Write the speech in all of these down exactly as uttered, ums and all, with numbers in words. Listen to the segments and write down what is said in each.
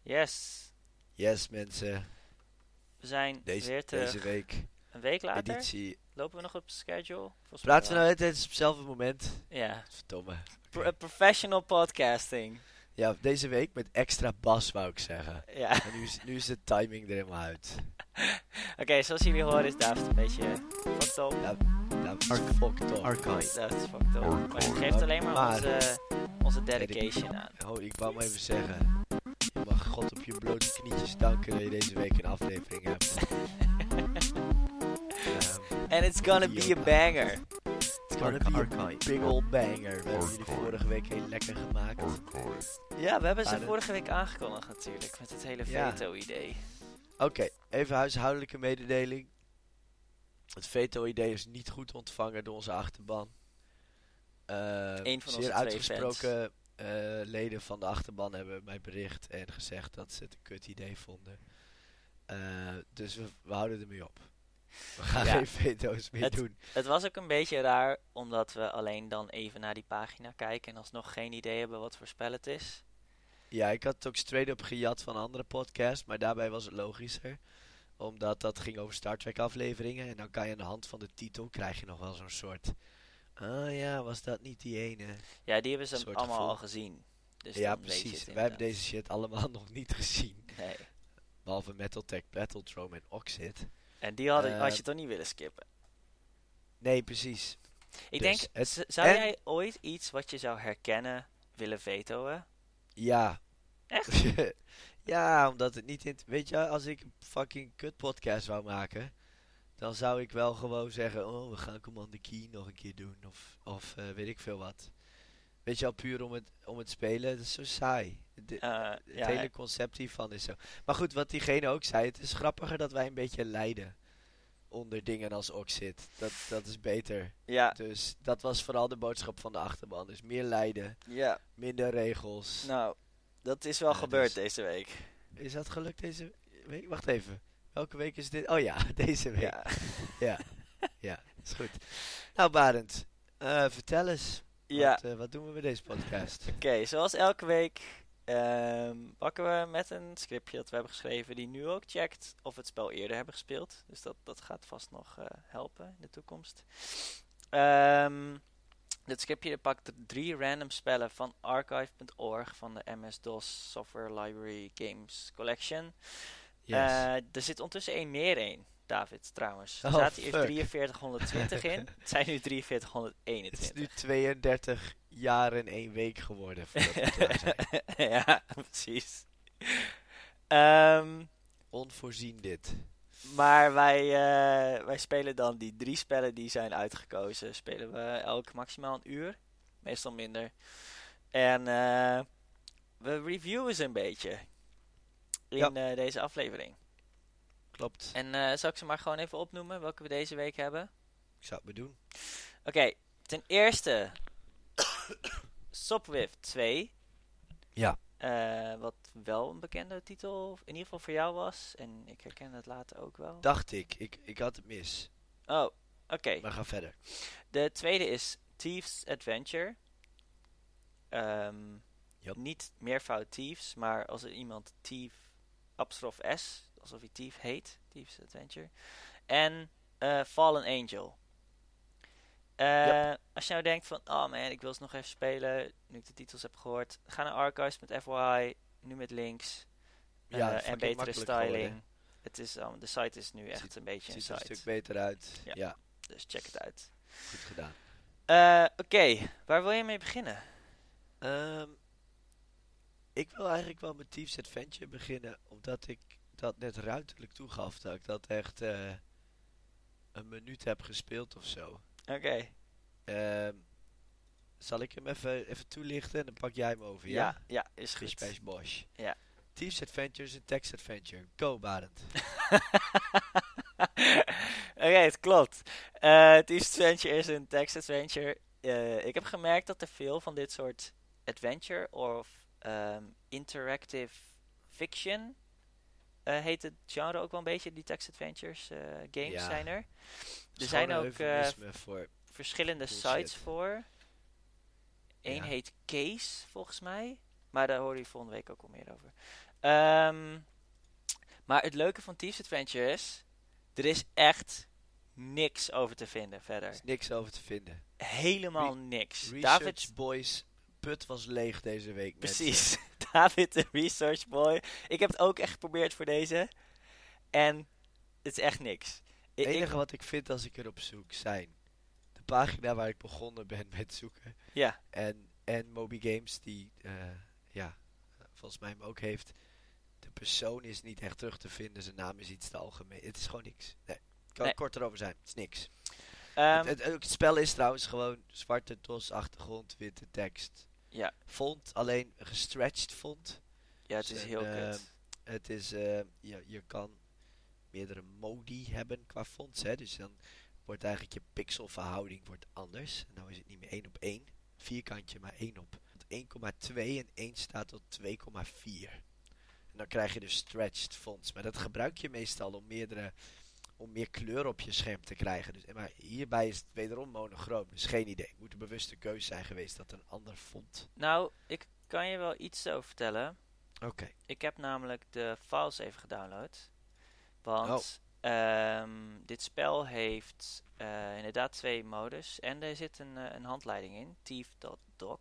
Yes. Yes, mensen. We zijn Deze, weer terug. deze week. Een week later. Editie. Lopen we nog op schedule? Volgens Praten we mij nou net op hetzelfde moment? wel. Ja. Verdomme. Pro- uh, professional podcasting. Ja, deze week met extra bas, wou ik zeggen. Ja. En nu is, nu is de timing er helemaal uit. Oké, okay, zoals jullie horen is David een beetje fucked up. Ja, dat is fucked up. Archive. David is fucked up. Maar het geeft alleen maar, Maar- onze, onze dedication aan. Oh, ik wou maar even zeggen. Je mag God op je blote knietjes danken dat je deze week een aflevering hebt. Ehm, And it's gonna be a banger. It's gonna be a big old banger. We hebben jullie vorige week heel lekker gemaakt. Ja, we hebben ze Maar de- vorige week aangekondigd natuurlijk. Met het hele Ja. veto-idee. Oké, even huishoudelijke mededeling. Het veto-idee is niet goed ontvangen door onze achterban. Uh, Eén van zeer onze twee uitgesproken uh, leden van de achterban hebben mij bericht en gezegd dat ze het een kut idee vonden. Uh, dus we, we houden ermee op. We gaan Ja. geen veto's meer Het- doen. Het was ook een beetje raar, omdat we alleen dan even naar die pagina kijken en alsnog geen idee hebben wat voor spel het is. Ja, ik had het ook straight up gejat van een andere podcast, maar daarbij was het logischer. Omdat dat ging over Star Trek afleveringen en dan kan je aan de hand van de titel krijg je nog wel zo'n soort... Ah ja, was dat niet die ene? Ja, die hebben ze Soort allemaal gevoel. al gezien. Dus ja, dan weet je precies. het Wij hebben inderdaad. deze shit allemaal nog niet gezien. Nee. Behalve Metaltech, Battletrome en Oxid. En die hadden, Eh, had je toch niet willen skippen? Nee, precies. Ik dus denk, het- z- zou en- jij ooit iets wat je zou herkennen willen vetoen? Ja. Echt? Ja, omdat het niet in... Weet je, als ik een fucking kut podcast wou maken, dan zou ik wel gewoon zeggen, oh, we gaan Commander Key nog een keer doen. Of, of eh, weet ik veel wat. Weet je al, puur om het, om het spelen, dat is zo saai. De- Eh, het ja, hele concept hiervan is zo. Maar goed, wat diegene ook zei, het is grappiger dat wij een beetje lijden onder dingen als Oxid. Dat, dat is beter. ja, Dus dat was vooral de boodschap van de achterban. Dus meer lijden, ja. minder regels. Nou, dat is wel Ja, gebeurd dus- deze week. Is dat gelukt deze week? Wacht even. Welke week is dit? Oh ja, deze week. Ja, Ja. ja, ja is goed. Nou Barend, eh, vertel eens. Ja. Wat, eh, wat doen we met deze podcast? Oké, zoals elke week ehm, pakken we met een scriptje dat we hebben geschreven die nu ook checkt of we het spel eerder hebben gespeeld. Dus dat, dat gaat vast nog eh, helpen in de toekomst. Ehm dit scriptje pakt drie random spellen van archive punt org van de M S-DOS Software Library Games Collection. Yes. Eh, er zit ondertussen één meer in, David, trouwens. Er Oh, zaten eerst fuck. drieënveertig honderdtwintig in. Het zijn nu drieënveertig Het is honderdeenentwintig. nu tweeëndertig jaar en één week geworden voordat we klaar zijn. Ja, precies. Ehm, Onvoorzien dit. maar wij, eh, wij spelen dan die drie spellen die zijn uitgekozen. Spelen we elk maximaal een uur. Meestal minder. En eh, we reviewen ze een beetje. In Ja. eh, deze aflevering. Klopt. En eh, zal ik ze maar gewoon even opnoemen welke we deze week hebben? Ik zou het me doen. Oké, ten eerste Sopwith twee. Ja. Eh, wat wel een bekende titel, in ieder geval voor jou was. En ik herken het later ook wel. Dacht ik. Ik, ik had het mis. Oh, oké. Maar ga verder. De tweede is Thieves Adventure. Ehm, Yup. Niet meervoud Thieves, maar als er iemand Thief, apostrof S, alsof hij Thief heet. Thieves Adventure. En eh, Fallen Angel. Eh, Yup. Als je nou denkt van, oh man, ik wil ze nog even spelen, nu ik de titels heb gehoord. Ga naar archives punt f y, nu met links. eh, Ja, en fucking betere makkelijk styling. geworden. Het is, um, de site is nu echt Ziet- een beetje een Ziet er een site. stuk beter uit. Ja. Ja, Dus check het uit. goed gedaan. Eh, Oké, waar wil je mee beginnen? Ehm, ik wil eigenlijk wel met Thieves Adventure beginnen, omdat ik dat net ruiterlijk toegaf dat ik dat echt eh, een minuut heb gespeeld of zo. Oké. Ehm, zal ik hem even, even toelichten en dan pak jij hem over, ja? Ja, ja, is Bish goed. Bash Bosh. Ja. Thieves Adventure is een text adventure. Go, Barend. Oké, het klopt. Eh Thieves Adventure is een text adventure. Eh, ik heb gemerkt dat er veel van dit soort adventure of ehm, interactive fiction eh, heet het genre ook wel een beetje. Die text adventures eh, games Ja. zijn er. Het is Er zijn gewoon een ook eh, eufemisme voor... verschillende Bullshit. sites voor. Eén Ja. heet Case, volgens mij. Maar daar hoor je volgende week ook al meer over. Um, maar het leuke van Thieves Adventure is, er is echt niks over te vinden verder. Er is niks over te vinden. Helemaal Re- niks. Research David, Boys put was leeg deze week. precies. David de Research Boy. Ik heb het ook echt geprobeerd voor deze. En het is echt niks. Het Ik, enige ik, wat ik vind als ik erop zoek zijn de pagina waar ik begonnen ben met zoeken. ja, En, en Moby Games die, uh, ja, volgens mij hem ook heeft. De persoon is niet echt terug te vinden. Zijn naam is iets te algemeen. Het is gewoon niks. Nee, ik kan Nee. kort erover zijn. Het is niks. um, het, het, het spel is trouwens gewoon zwarte dos achtergrond, witte tekst. ja, Font, alleen gestretched font. ja, het Dus is een, heel eh, kut. Het is, uh, je, je kan meerdere modi hebben qua fonts, hè. Dus dan wordt eigenlijk je pixelverhouding wordt anders. En nou is het niet meer één op één. Vierkantje, maar één op één komma twee en één staat tot twee komma vier. En dan krijg je dus stretched fonts. Maar dat gebruik je meestal om meerdere, om meer kleur op je scherm te krijgen. Dus, maar hierbij is het wederom monochroom. Dus geen idee. Het moet een bewuste keuze zijn geweest dat een ander font. Nou, ik kan je wel iets over vertellen. Oké. Okay. Ik heb namelijk de files even gedownload. Want oh. um, dit spel heeft uh, inderdaad twee modus. En er zit een, uh, een handleiding in. Thief dot doc.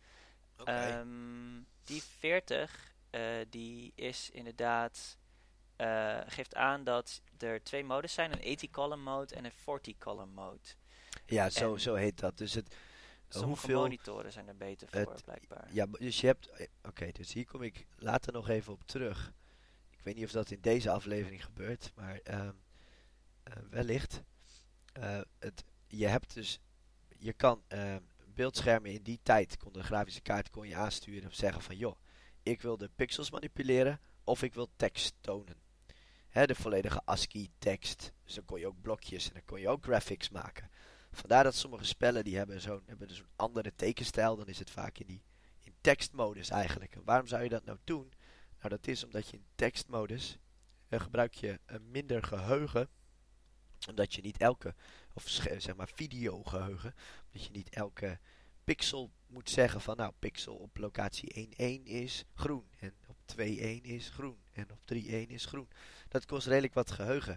Okay. Um, Thief veertig uh, die is inderdaad... Uh, geeft aan dat er twee modes zijn. Een eighty column mode en een forty column mode. Ja, zo, zo heet dat. Dus het... Sommige hoeveel, monitoren zijn er beter voor, het, blijkbaar. Ja, dus je hebt... Oké, okay, dus hier kom ik later nog even op terug. Ik weet niet of dat in deze aflevering gebeurt, maar um, uh, wellicht. Uh, het, je hebt dus... Je kan uh, beeldschermen in die tijd, kon de grafische kaart kon je aansturen of zeggen van... joh, ik wil de pixels manipuleren of ik wil tekst tonen. Hè, de volledige ASCII tekst. Dus dan kon je ook blokjes en dan kon je ook graphics maken. Vandaar dat sommige spellen die hebben zo'n hebben dus een andere tekenstijl. Dan is het vaak in die in tekstmodus eigenlijk. En waarom zou je dat nou doen? Nou, dat is omdat je in tekstmodus uh, gebruik je een minder geheugen. Omdat je niet elke, of zeg maar videogeheugen. Omdat je niet elke pixel moet zeggen van nou, pixel op locatie één één is groen. En op twee één is groen. En op drie één is groen. Dat kost redelijk wat geheugen.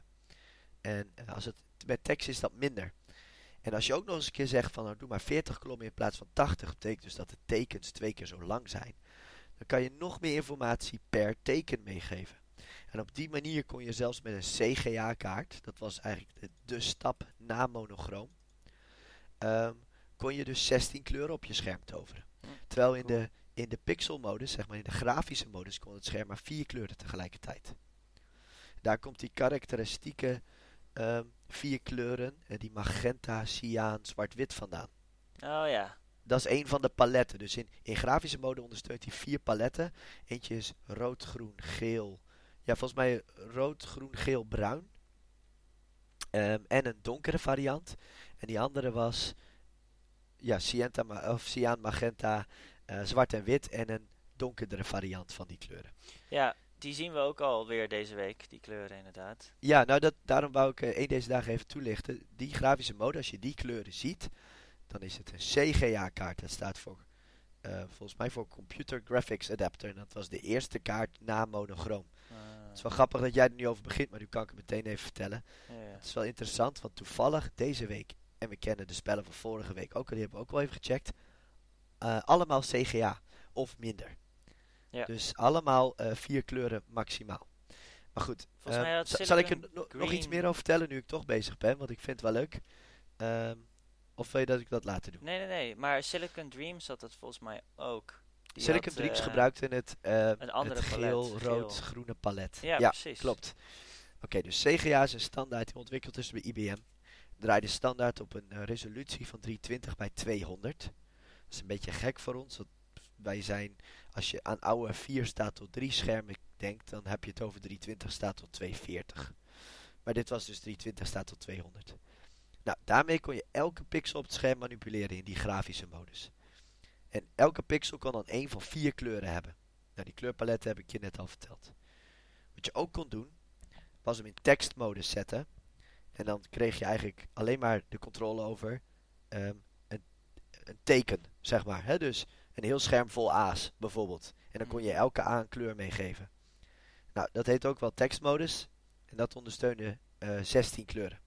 En uh, als het met tekst is dat minder. En als je ook nog eens een keer zegt van nou doe maar veertig kolommen in plaats van tachtig, betekent dus dat de tekens twee keer zo lang zijn. Dan kan je nog meer informatie per teken meegeven. En op die manier kon je zelfs met een C G A-kaart, dat was eigenlijk de, de stap na monochroom, um, kon je dus zestien kleuren op je scherm toveren. Terwijl in de, in de pixel-modus, zeg maar in de grafische modus, kon het scherm maar vier kleuren tegelijkertijd. Daar komt die karakteristieke um, vier kleuren, uh, die magenta, cyaan, zwart-wit vandaan. Oh ja. Dat is een van de paletten. Dus in, in grafische mode ondersteunt hij vier paletten. Eentje is rood, groen, geel. Ja, volgens mij rood, groen, geel, bruin. Um, en een donkere variant. En die andere was ja, cyanta, ma- of cyaan, magenta, uh, zwart en wit. En een donkerdere variant van die kleuren. Ja, die zien we ook alweer deze week, die kleuren inderdaad. Ja, nou dat, daarom wou ik uh, een deze dagen even toelichten. Die grafische mode, als je die kleuren ziet, dan is het een C G A-kaart. Dat staat voor, uh, volgens mij voor Computer Graphics Adapter. En dat was de eerste kaart na monochroom. Uh, Het is wel grappig dat jij er nu over begint, maar nu kan ik het meteen even vertellen. ja, ja. Het is wel interessant, want toevallig deze week, en we kennen de spellen van vorige week ook, die hebben we ook wel even gecheckt. Uh, allemaal C G A, of minder. Ja. Dus allemaal uh, vier kleuren maximaal. Maar goed, Volgens mij uh, had z- zal ik er Silicon no- nog Green- iets meer over vertellen nu ik toch bezig ben, want ik vind het wel leuk. Um, of wil je dat ik dat later doe? Nee, nee, nee. Maar Silicon Dreams had het volgens mij ook. Die Silicon had, Dreams uh, gebruikte het, uh, een andere het palet, geel-rood-groene palet. Ja, ja precies. klopt. Oké, okay, dus C G A is een standaard die ontwikkeld is bij I B M. Draaide standaard op een uh, resolutie van driehonderdtwintig bij tweehonderd. Dat is een beetje gek voor ons. Want wij zijn, als je aan oude vier staat tot drie schermen denkt, dan heb je het over driehonderdtwintig staat tot tweehonderdveertig. Maar dit was dus driehonderdtwintig staat tot tweehonderd. Nou, daarmee kon je elke pixel op het scherm manipuleren in die grafische modus. En elke pixel kon dan één van vier kleuren hebben. Nou, die kleurpaletten heb ik je net al verteld. Wat je ook kon doen, was hem in tekstmodus zetten. En dan kreeg je eigenlijk alleen maar de controle over um, een, een teken, zeg maar. Hè? Dus een heel scherm vol A's, bijvoorbeeld. En dan kon je elke A een kleur meegeven. Nou, dat heet ook wel tekstmodus. En dat ondersteunde uh, zestien kleuren.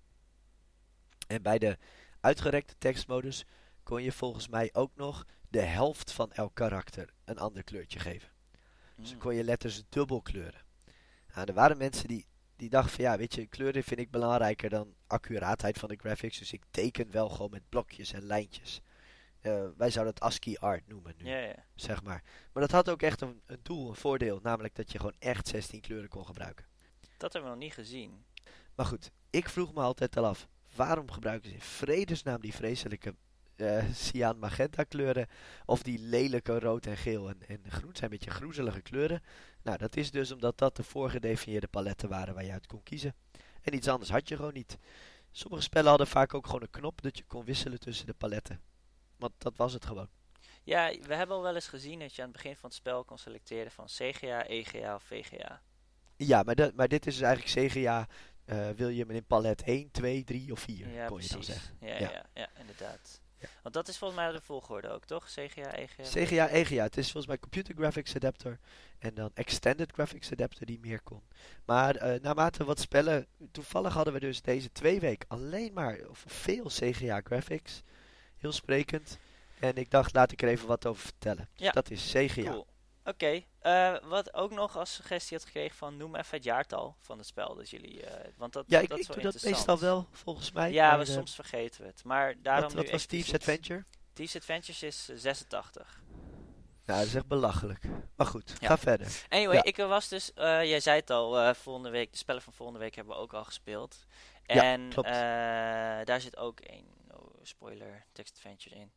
En bij de uitgerekte tekstmodus kon je volgens mij ook nog de helft van elk karakter een ander kleurtje geven. Dus dan kon je letters dubbel kleuren. Nou, er waren mensen die, die dachten van ja, weet je, kleuren vind ik belangrijker dan accuraatheid van de graphics. Dus ik teken wel gewoon met blokjes en lijntjes. Uh, wij zouden het ASCII art noemen nu, Ja, ja. zeg maar. Maar dat had ook echt een, een doel, een voordeel. Namelijk dat je gewoon echt zestien kleuren kon gebruiken. Dat hebben we nog niet gezien. Maar goed, ik vroeg me altijd al af. Waarom gebruiken ze in vredesnaam die vreselijke uh, cyan magenta kleuren? Of die lelijke rood en geel en, en groen zijn een beetje groezelige kleuren. Nou, dat is dus omdat dat de voorgedefinieerde paletten waren waar je uit kon kiezen. En iets anders had je gewoon niet. Sommige spellen hadden vaak ook gewoon een knop dat je kon wisselen tussen de paletten. Want dat was het gewoon. Ja, we hebben al wel eens gezien dat je aan het begin van het spel kon selecteren van C G A, E G A of V G A. Ja, maar, de, maar dit is dus eigenlijk C G A. Uh, wil je hem in palet één, twee, drie of vier, ja, kon je precies. dan zeggen. Ja, Ja. ja, ja, inderdaad. Ja. Want dat is volgens mij de volgorde ook, toch? C G A, E G A? C G A, E G A. Het is volgens mij Computer Graphics Adapter. En dan Extended Graphics Adapter die meer kon. Maar uh, naarmate wat spellen... Toevallig hadden we dus deze twee weken alleen maar of veel C G A graphics. Heel sprekend. En ik dacht, laat ik er even wat over vertellen. Dus Ja. dat is C G A. Cool. Oké, okay. uh, wat ook nog als suggestie had gekregen van noem even het jaartal van het spel. Dat jullie, uh, want dat, Ja, ik, dat ik is wel doe dat interessant. meestal wel, volgens mij. Ja, maar, maar uh, soms vergeten we het. Maar daarom wat, wat nu was Steve's expliciet. Adventure? Steve's Adventures is uh, zesentachtig. Nou, dat is echt belachelijk. Maar goed, Ja. ga verder. Anyway, Ja. ik was dus, uh, jij zei het al, uh, volgende week, de spellen van volgende week hebben we ook al gespeeld. Ja, En klopt. uh, daar zit ook een oh, spoiler text adventure in.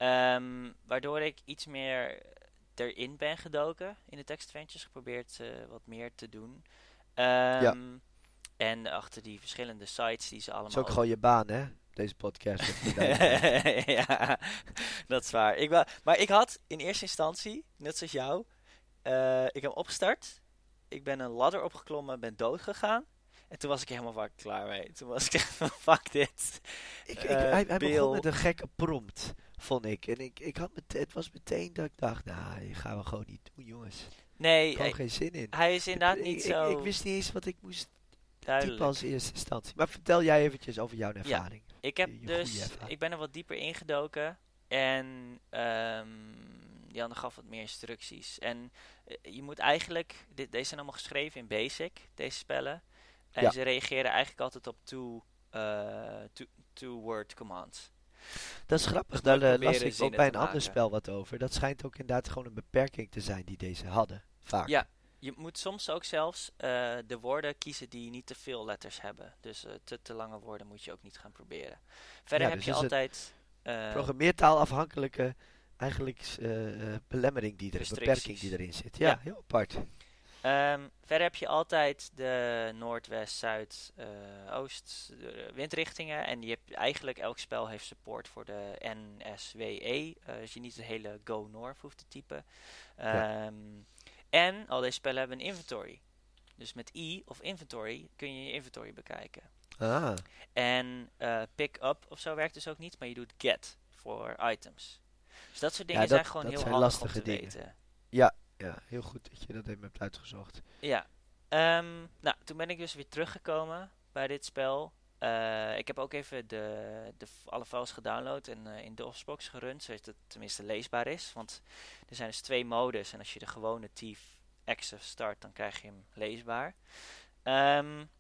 Um, waardoor ik iets meer erin ben gedoken in de text adventures, geprobeerd uh, wat meer te doen. Um, Ja. En achter die verschillende sites die ze allemaal... Dat is ook gewoon je baan, hè? Deze podcast. Ja, dat is waar. Ik wa- maar ik had in eerste instantie, net zoals jou, uh, ik heb hem opgestart. Ik ben een ladder opgeklommen, ben dood gegaan. En toen was ik helemaal vaak klaar mee. Toen was ik echt van, fuck dit. ik, ik, Uh, hij hij Bill. begon met een gekke prompt, vond ik. En ik, ik had met, het was meteen dat ik dacht, nou, die gaan we gewoon niet doen, jongens. Nee, Gewoon hij, geen zin in. hij is inderdaad ik, niet ik, zo ik, ik wist niet eens wat ik moest typen duidelijk. als eerste instantie. Maar vertel jij eventjes over jouw ervaring. Ik heb je- je goede dus, ervaring. ik ben er wat dieper ingedoken en um, Jan gaf wat meer instructies. En uh, je moet eigenlijk, dit, deze zijn allemaal geschreven in BASIC, deze spellen. En Ja. ze reageren eigenlijk altijd op two, uh, two, two-word commands. Dat is grappig, Dus daar nooit uh, las proberen ik ook zinnen bij te een ander maken. spel wat over. Dat schijnt ook inderdaad gewoon een beperking te zijn die deze hadden, vaak. Ja, je moet soms ook zelfs uh, de woorden kiezen die niet te veel letters hebben. Dus uh, te, te lange woorden moet je ook niet gaan proberen. Verder Ja, heb dus je is het altijd... Uh, Programmeertaalafhankelijke eigenlijk uh, uh, belemmering die er, Restricties. beperking die erin zit. Ja, Ja. heel apart. Um, verder heb je altijd de noordwest, zuid, uh, oost de windrichtingen. En je hebt eigenlijk elk spel heeft support voor de N S W E. Uh, dus je niet de hele Go North hoeft te typen. Um, Ja. En al deze spellen hebben een inventory. Dus met I of inventory kun je je inventory bekijken. Ah, En uh, pick up of zo werkt dus ook niet, maar je doet get voor items. Dus dat soort dingen Ja, dat- zijn gewoon dat heel zijn handig om lastige te dingen. weten. ja, heel goed dat je dat even hebt uitgezocht. Ja, um, nou, toen ben ik dus weer teruggekomen bij dit spel. Uh, ik heb ook even de, de, alle files gedownload en uh, in DOSBox gerund, zodat het tenminste leesbaar is. Want er zijn dus twee modus en als je de gewone Thief Access start, dan krijg je hem leesbaar. Um,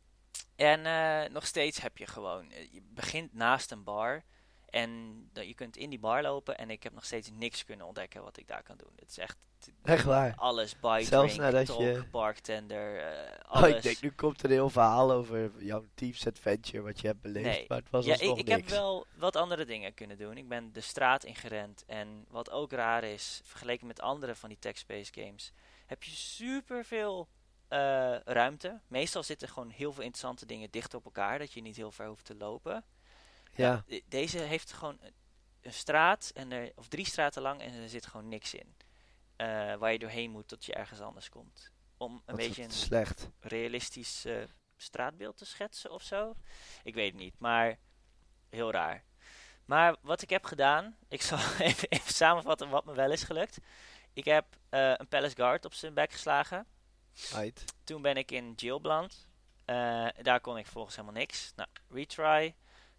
en uh, nog steeds heb je gewoon, uh, je begint naast een bar en uh, je kunt in die bar lopen en ik heb nog steeds niks kunnen ontdekken wat ik daar kan doen. Het is echt... Echt waar. Alles, buy, Zelfs drink, nadat talk, je- bartender, uh, Oh, alles. ik denk, nu komt er een heel verhaal over jouw Thief's Adventure, wat je hebt beleefd. Nee. Maar het was Ja, alsnog ik, ik niks. heb wel wat andere dingen kunnen doen. Ik ben de straat ingerend en wat ook raar is, vergeleken met andere van die text-based games, heb je superveel uh, ruimte. Meestal zitten gewoon heel veel interessante dingen dicht op elkaar, dat je niet heel ver hoeft te lopen. Ja, De- deze heeft gewoon een, een straat, en er, of drie straten lang en er zit gewoon niks in. Uh, waar je doorheen moet tot je ergens anders komt. Om een wat beetje wat een slecht. realistisch uh, straatbeeld te schetsen of zo. Ik weet het niet, maar heel raar. Maar wat ik heb gedaan, ik zal even, even samenvatten wat me wel is gelukt. Ik heb uh, een Palace Guard op zijn bek geslagen. Right. Toen ben ik in jail beland. Uh, daar kon ik volgens helemaal niks. Nou, retry.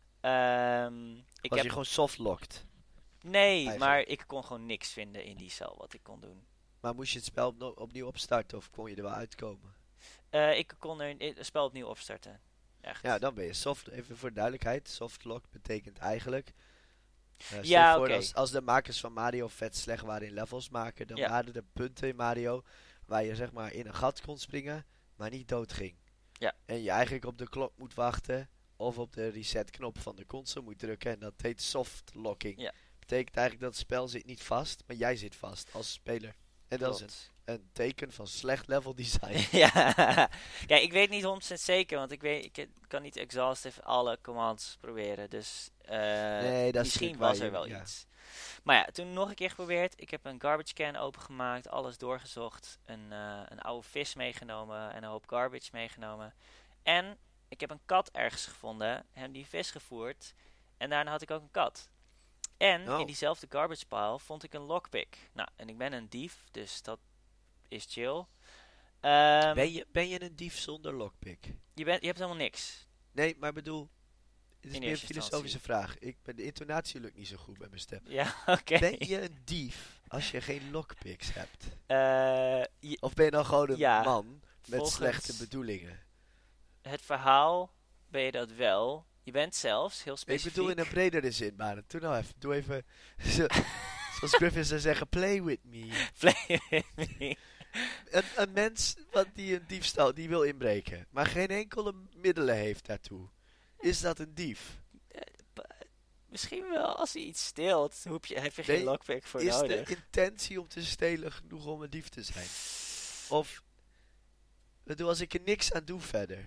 Um, ik Was heb... je gewoon softlocked? Nee, Eigenlijk. maar ik kon gewoon niks vinden in die cel wat ik kon doen. Maar moest je het spel opno- opnieuw opstarten of kon je er wel uitkomen? Uh, ik kon er het spel opnieuw opstarten. Echt. Ja, dan ben je soft. Even voor duidelijkheid. Softlock betekent eigenlijk... Uh, ja, oké. Okay. Als, als de makers van Mario vet slecht waren in levels maken, dan ja. waren er punten in Mario waar je zeg maar in een gat kon springen, maar niet dood ging. Ja. En je eigenlijk op de klok moet wachten of op de reset knop van de console moet drukken en dat heet softlocking. Ja. Betekent eigenlijk dat het spel zit niet vast, maar jij zit vast als speler. En dat Klopt. is een, een teken van slecht level design. Ja, kijk, ik weet niet honderd procent zeker, want ik, weet, ik kan niet exhaustive alle commands proberen. Dus uh, nee, dat misschien is was je, er wel ja. iets. Maar ja, toen nog een keer geprobeerd. Ik heb een garbage can opengemaakt, alles doorgezocht. Een, uh, een oude vis meegenomen en een hoop garbage meegenomen. En ik heb een kat ergens gevonden, hem die vis gevoerd. En daarna had ik ook een kat. En oh. in diezelfde garbage pile vond ik een lockpick. Nou, en ik ben een dief, dus dat is chill. Um, ben, je, ben je een dief zonder lockpick? Je, bent, je hebt helemaal niks. Nee, maar bedoel, het is In meer een eerste filosofische instantie. vraag. Ik ben, de intonatie lukt niet zo goed bij mijn stem. Ja, oké. Okay. Ben je een dief als je geen lockpicks hebt? Uh, je, of ben je dan gewoon een ja, man met volgens slechte bedoelingen? Het verhaal ben je dat wel. Je bent zelfs heel specifiek. Ik bedoel in een bredere zin, maar doe nou even. Doe even, zo, zoals Griffin zou zeggen, play with me. Play with me. Een, een mens wat die een diefstal, die wil inbreken, maar geen enkele middelen heeft daartoe. Is dat een dief? Uh, Misschien wel, als hij iets steelt, hoef je, heb je nee, geen lockpick voor is nodig. Is de intentie om te stelen genoeg om een dief te zijn? Of, bedoel, als ik er niks aan doe verder.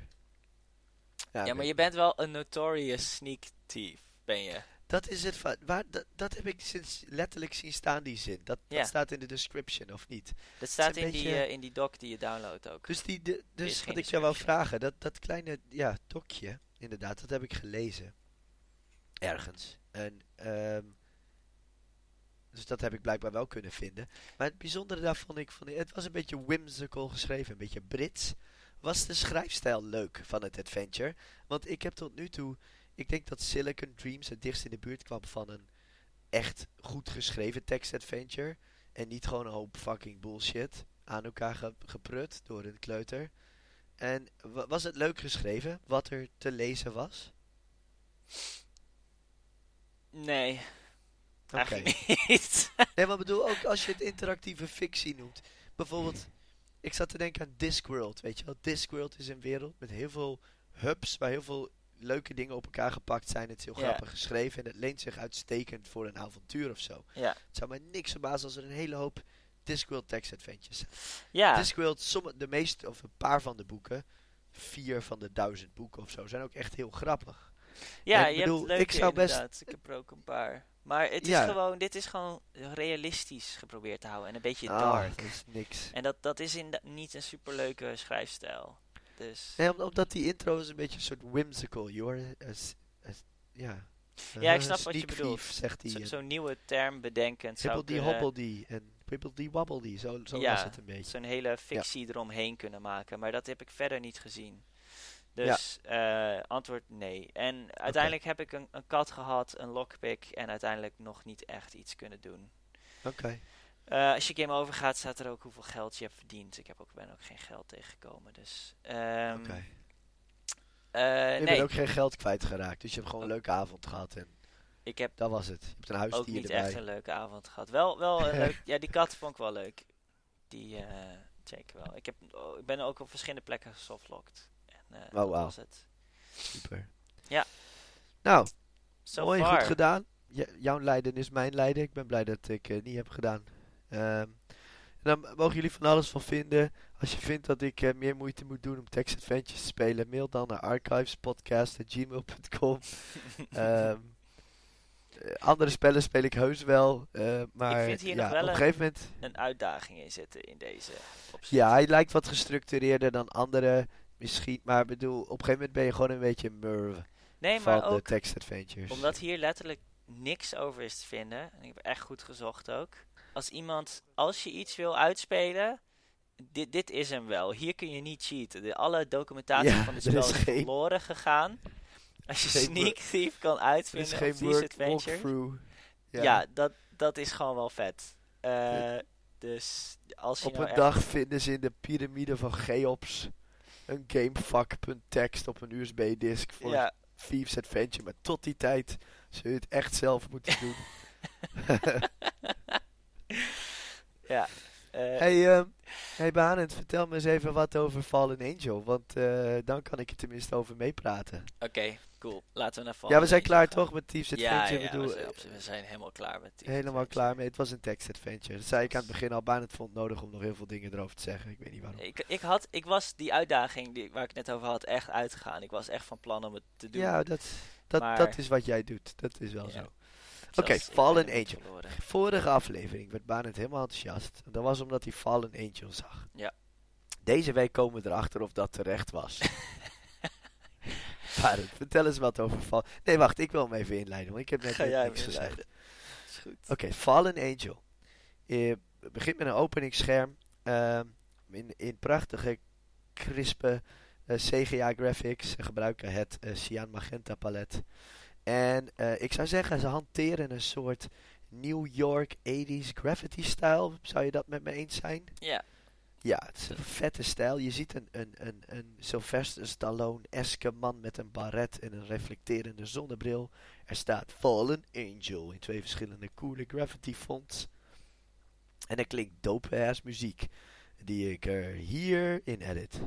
Ja, Ja, maar je bent wel een notorious sneak thief, ben je. Dat is het. Va- waar, dat, dat heb ik sinds letterlijk zien staan, die zin. Dat, Ja. dat staat in de description, of niet? Dat staat een in, die, beetje- uh, in die doc die je downloadt ook. Dus, die, de, is dus geen wat ik jou wou description. vragen, dat, dat kleine ja, dokje, inderdaad, dat heb ik gelezen. Ergens. En, ehm, dus dat heb ik blijkbaar wel kunnen vinden. Maar het bijzondere daarvan, ik vond, het was een beetje whimsical geschreven, een beetje Brits. Was de schrijfstijl leuk van het adventure? Want ik heb tot nu toe, ik denk dat Silicon Dreams het dichtst in de buurt kwam van een echt goed geschreven tekst-adventure. En niet gewoon een hoop fucking bullshit aan elkaar ge- geprut door een kleuter. En wa- was het leuk geschreven, wat er te lezen was? Nee, Oké. eigenlijk niet. Nee, maar bedoel, ook als je het interactieve fictie noemt. Bijvoorbeeld, ik zat te denken aan Discworld, weet je wel. Discworld is een wereld met heel veel hubs, waar heel veel leuke dingen op elkaar gepakt zijn. Het is heel Ja. grappig geschreven en het leent zich uitstekend voor een avontuur of zo. Ja, Het zou mij niks verbazen als er een hele hoop Discworld text adventures zijn. ja. Discworld, sommige, de meeste, of een paar van de boeken, vier van de duizend boeken of zo, zijn ook echt heel grappig. ja ik je bedoel, hebt leuke ik zou best- inderdaad. Ik heb er ook een paar. Maar het Ja. is gewoon, dit is gewoon realistisch geprobeerd te houden. En een beetje Ah, dark. dat is niks. En dat, dat is in niet een superleuke schrijfstijl. Dus Nee, om- omdat die intro is een beetje een soort whimsical. You're a s- a s- ja. Ja, ik Uh, snap wat je sneak bedoelt. thief, zegt hij. zo- en zo'n nieuwe term bedenkend zou Hibbledy kunnen, hobbledy en hibbledy wobbledy. Zo, zo Ja, was het een beetje. zo'n hele fictie eromheen kunnen maken. Maar dat heb ik verder niet gezien. Dus eh, antwoord nee. En uiteindelijk heb ik een, een kat gehad, een lockpick en uiteindelijk nog niet echt iets kunnen doen. Oké. Eh, als je game over gaat, staat er ook hoeveel geld je hebt verdiend. Ik heb ook, ben ook geen geld tegengekomen. Dus, ehm, Oké. eh, Je nee, bent ook geen geld kwijtgeraakt. Dus je hebt gewoon een Oh. leuke avond gehad. En ik heb dat was het. Je hebt een ook huisdier niet erbij. echt een leuke avond gehad. Wel, wel een leuk, ja, die kat vond ik wel leuk. Die eh check wel. Ik, heb, oh, ik ben ook op verschillende plekken gesoftlocked. En, eh, dat wauw. was het. Super. Ja. Nou, So mooi, far. goed gedaan. Ja, jouw lijden is mijn lijden. Ik ben blij dat ik het niet heb gedaan. Ehm, en dan mogen jullie van alles van vinden. Als je vindt dat ik eh, meer moeite moet doen om text adventures te spelen, mail dan naar archivespodcast at gmail dot com. Ehm, eh, andere spellen speel ik heus wel. eh, maar vind hier ja, nog wel op een een- gegeven moment... Een uitdaging in zitten in deze opzet. Ja, hij lijkt wat gestructureerder dan andere misschien. Maar ik bedoel, op een gegeven moment ben je gewoon een beetje een murf Nee, van maar de ook text adventures. omdat hier letterlijk niks over is te vinden. En ik heb echt goed gezocht ook. Als iemand, als je iets wil uitspelen, dit, dit is hem wel. Hier kun je niet cheaten. De, alle documentatie Ja, van het er spel is is geen- verloren gegaan. Als je geen Sneak Thief kan Er is uitvinden geen op These work, Adventure. walkthrough. Ja, dat, dat is gewoon wel vet. Eh, dus als je Op nou een echt- dag vinden ze in de piramide van Cheops een gamefuck.txt op een U S B-disk voor Ja, Thieves Adventure. Maar tot die tijd zul je het echt zelf moeten doen. ja. eh, hey, ehm hey Barend, vertel me eens even wat over Fallen Angel. Want eh, dan kan ik er tenminste over meepraten. Oké, cool. Laten we naar Ja, Fallen we zijn Angel klaar gaan. toch met Thieves Ja, Adventure? ja, Ik bedoel, we, zijn, op zich- we zijn helemaal klaar met die helemaal adventure. klaar mee. Het was een text-adventure. Dat zei ik aan het begin al. Barend vond het nodig om nog heel veel dingen erover te zeggen. Ik weet niet waarom. Ik, ik, had, ik was die uitdaging die, waar ik het net over had echt uitgegaan. Ik was echt van plan om het te doen. Ja, dat, dat, Maar- dat is wat jij doet. Dat is wel Ja. zo. Zelfs Oké, ik ben Fallen hem niet Angel. verloren. Vorige aflevering werd Barend helemaal enthousiast. Dat was omdat hij Fallen Angel zag. Ja. Deze week komen we erachter of dat terecht was. Barend, vertel eens wat over Fallen... Nee, wacht, ik wil hem even inleiden, want ik heb net Ga net jij niks me gezegd. inleiden. Is goed. Oké, Fallen Angel. Eh, Het begint met een openingsscherm. ehm, in, in prachtige, crispe eh, C G I graphics. Ze gebruiken het eh, cyan magenta palet. En eh, ik zou zeggen, ze hanteren een soort New York tachtiger graffiti stijl. Zou je dat met me eens zijn? Ja, Ja, het is een vette stijl. Je ziet een, een, een, een Sylvester Stallone-eske man met een baret en een reflecterende zonnebril. Er staat Fallen Angel in twee verschillende coole graffiti fonts. En er klinkt dope ass muziek, die ik er hier in edit.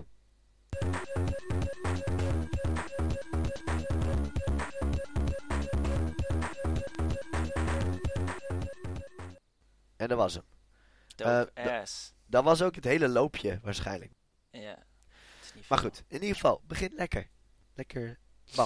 En dat was hem. dope Eh, ass. Dat was ook het hele loopje waarschijnlijk. Ja. Het is niet Maar veel. goed, in ieder geval, begin lekker. Lekker, bam.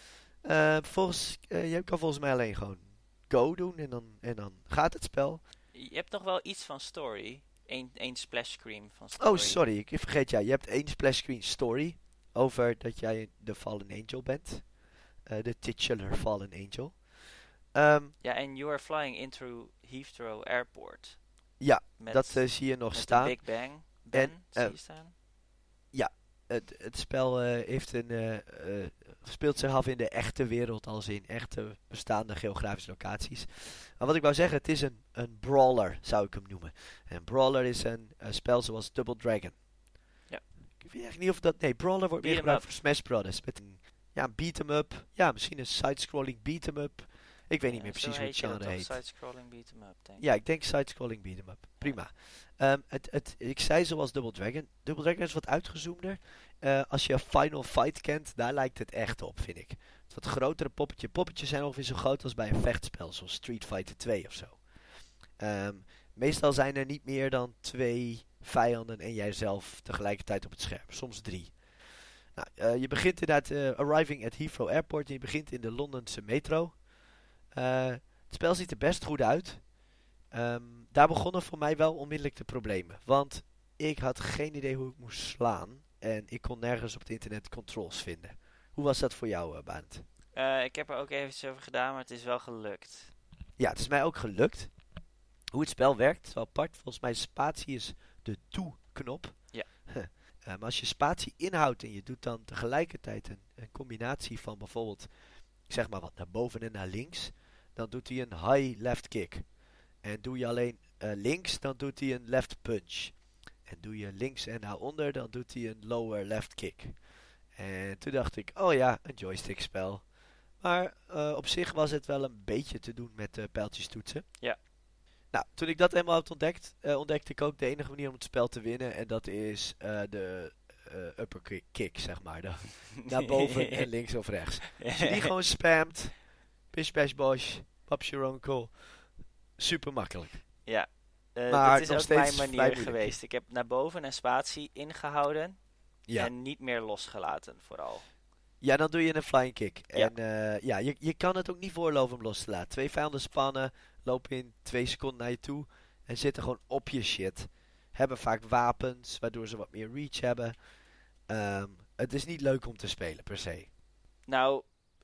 Eh, volgens, eh, je kan volgens mij alleen gewoon go doen en dan, en dan gaat het spel. Je hebt nog wel iets van story. Eén één splash screen van story. Oh, sorry, ik vergeet ja. Je hebt één splash screen story over dat jij de Fallen Angel bent. Eh, de titular Fallen Angel. Ehm, Ja, en you are flying into Heathrow Airport. Ja, Met, dat eh, zie je nog met staan. de Big Bang. Ben, En, zie eh, je staan? Het, het spel eh, heeft een, eh, eh, speelt zich af in de echte wereld, als in echte bestaande geografische locaties. Maar wat ik wou zeggen, het is een, een brawler, zou ik hem noemen. En brawler is een eh, spel zoals Double Dragon. Ja. Ik weet echt niet of dat... Nee, brawler wordt meer Beat 'em gebruikt up. voor Smash Brothers. Met een, ja, een beat-em-up. Ja, misschien een side-scrolling beat-em-up. Ik weet niet meer precies hoe het genre heet. Side-scrolling beat 'em up, denk ik. Ja, ik denk side-scrolling beat-em-up. Prima. Ehm, het, het, ik zei zoals Double Dragon. Double Dragon is wat uitgezoomder. Eh, als je Final Fight kent, daar lijkt het echt op, vind ik. Het wat grotere poppetje. Poppetjes zijn ongeveer zo groot als bij een vechtspel, zoals Street Fighter twee of zo. Ehm, meestal zijn er niet meer dan twee vijanden en jijzelf tegelijkertijd op het scherm. Soms drie. Nou, eh, je begint inderdaad eh, arriving at Heathrow Airport. En je begint in de Londense metro. Eh, het spel ziet er best goed uit. Ehm, daar begonnen voor mij wel onmiddellijk de problemen. Want ik had geen idee hoe ik moest slaan. En ik kon nergens op het internet controls vinden. Hoe was dat voor jou, uh, Barend? Eh, ik heb er ook even over gedaan, maar het is wel gelukt. Ja, het is mij ook gelukt. Hoe het spel werkt, is wel apart. Volgens mij spatie is de toe-knop. Ja. Uh, maar als je spatie inhoudt en je doet dan tegelijkertijd een, een combinatie van bijvoorbeeld, ik zeg maar wat, naar boven en naar links. Dan doet hij een high left kick. En doe je alleen uh, links, dan doet hij een left punch. En doe je links en naar onder, dan doet hij een lower left kick. En toen dacht ik, oh ja, een joystick spel. Maar uh, op zich was het wel een beetje te doen met uh, pijltjes toetsen. Ja. Nou, toen ik dat eenmaal had ontdekt, uh, ontdekte ik ook de enige manier om het spel te winnen. En dat is uh, de uh, upper kick, kick, zeg maar. De, naar boven en links of rechts. Als je die gewoon spamt, bish bash bosh, pop's your uncle. Super makkelijk. Ja, uh, Maar dit is nog ook steeds mijn vrij manier moeilijk. geweest. Ik heb naar boven en spatie ingehouden Ja. en niet meer losgelaten vooral. Ja, dan doe je een flying kick. Ja. En uh, ja, je, je kan het ook niet voorloven om los te laten. Twee vijanden spannen, lopen in twee seconden naar je toe en zitten gewoon op je shit. Hebben vaak wapens, waardoor ze wat meer reach hebben. Um, het is niet leuk om te spelen, per se. Nou,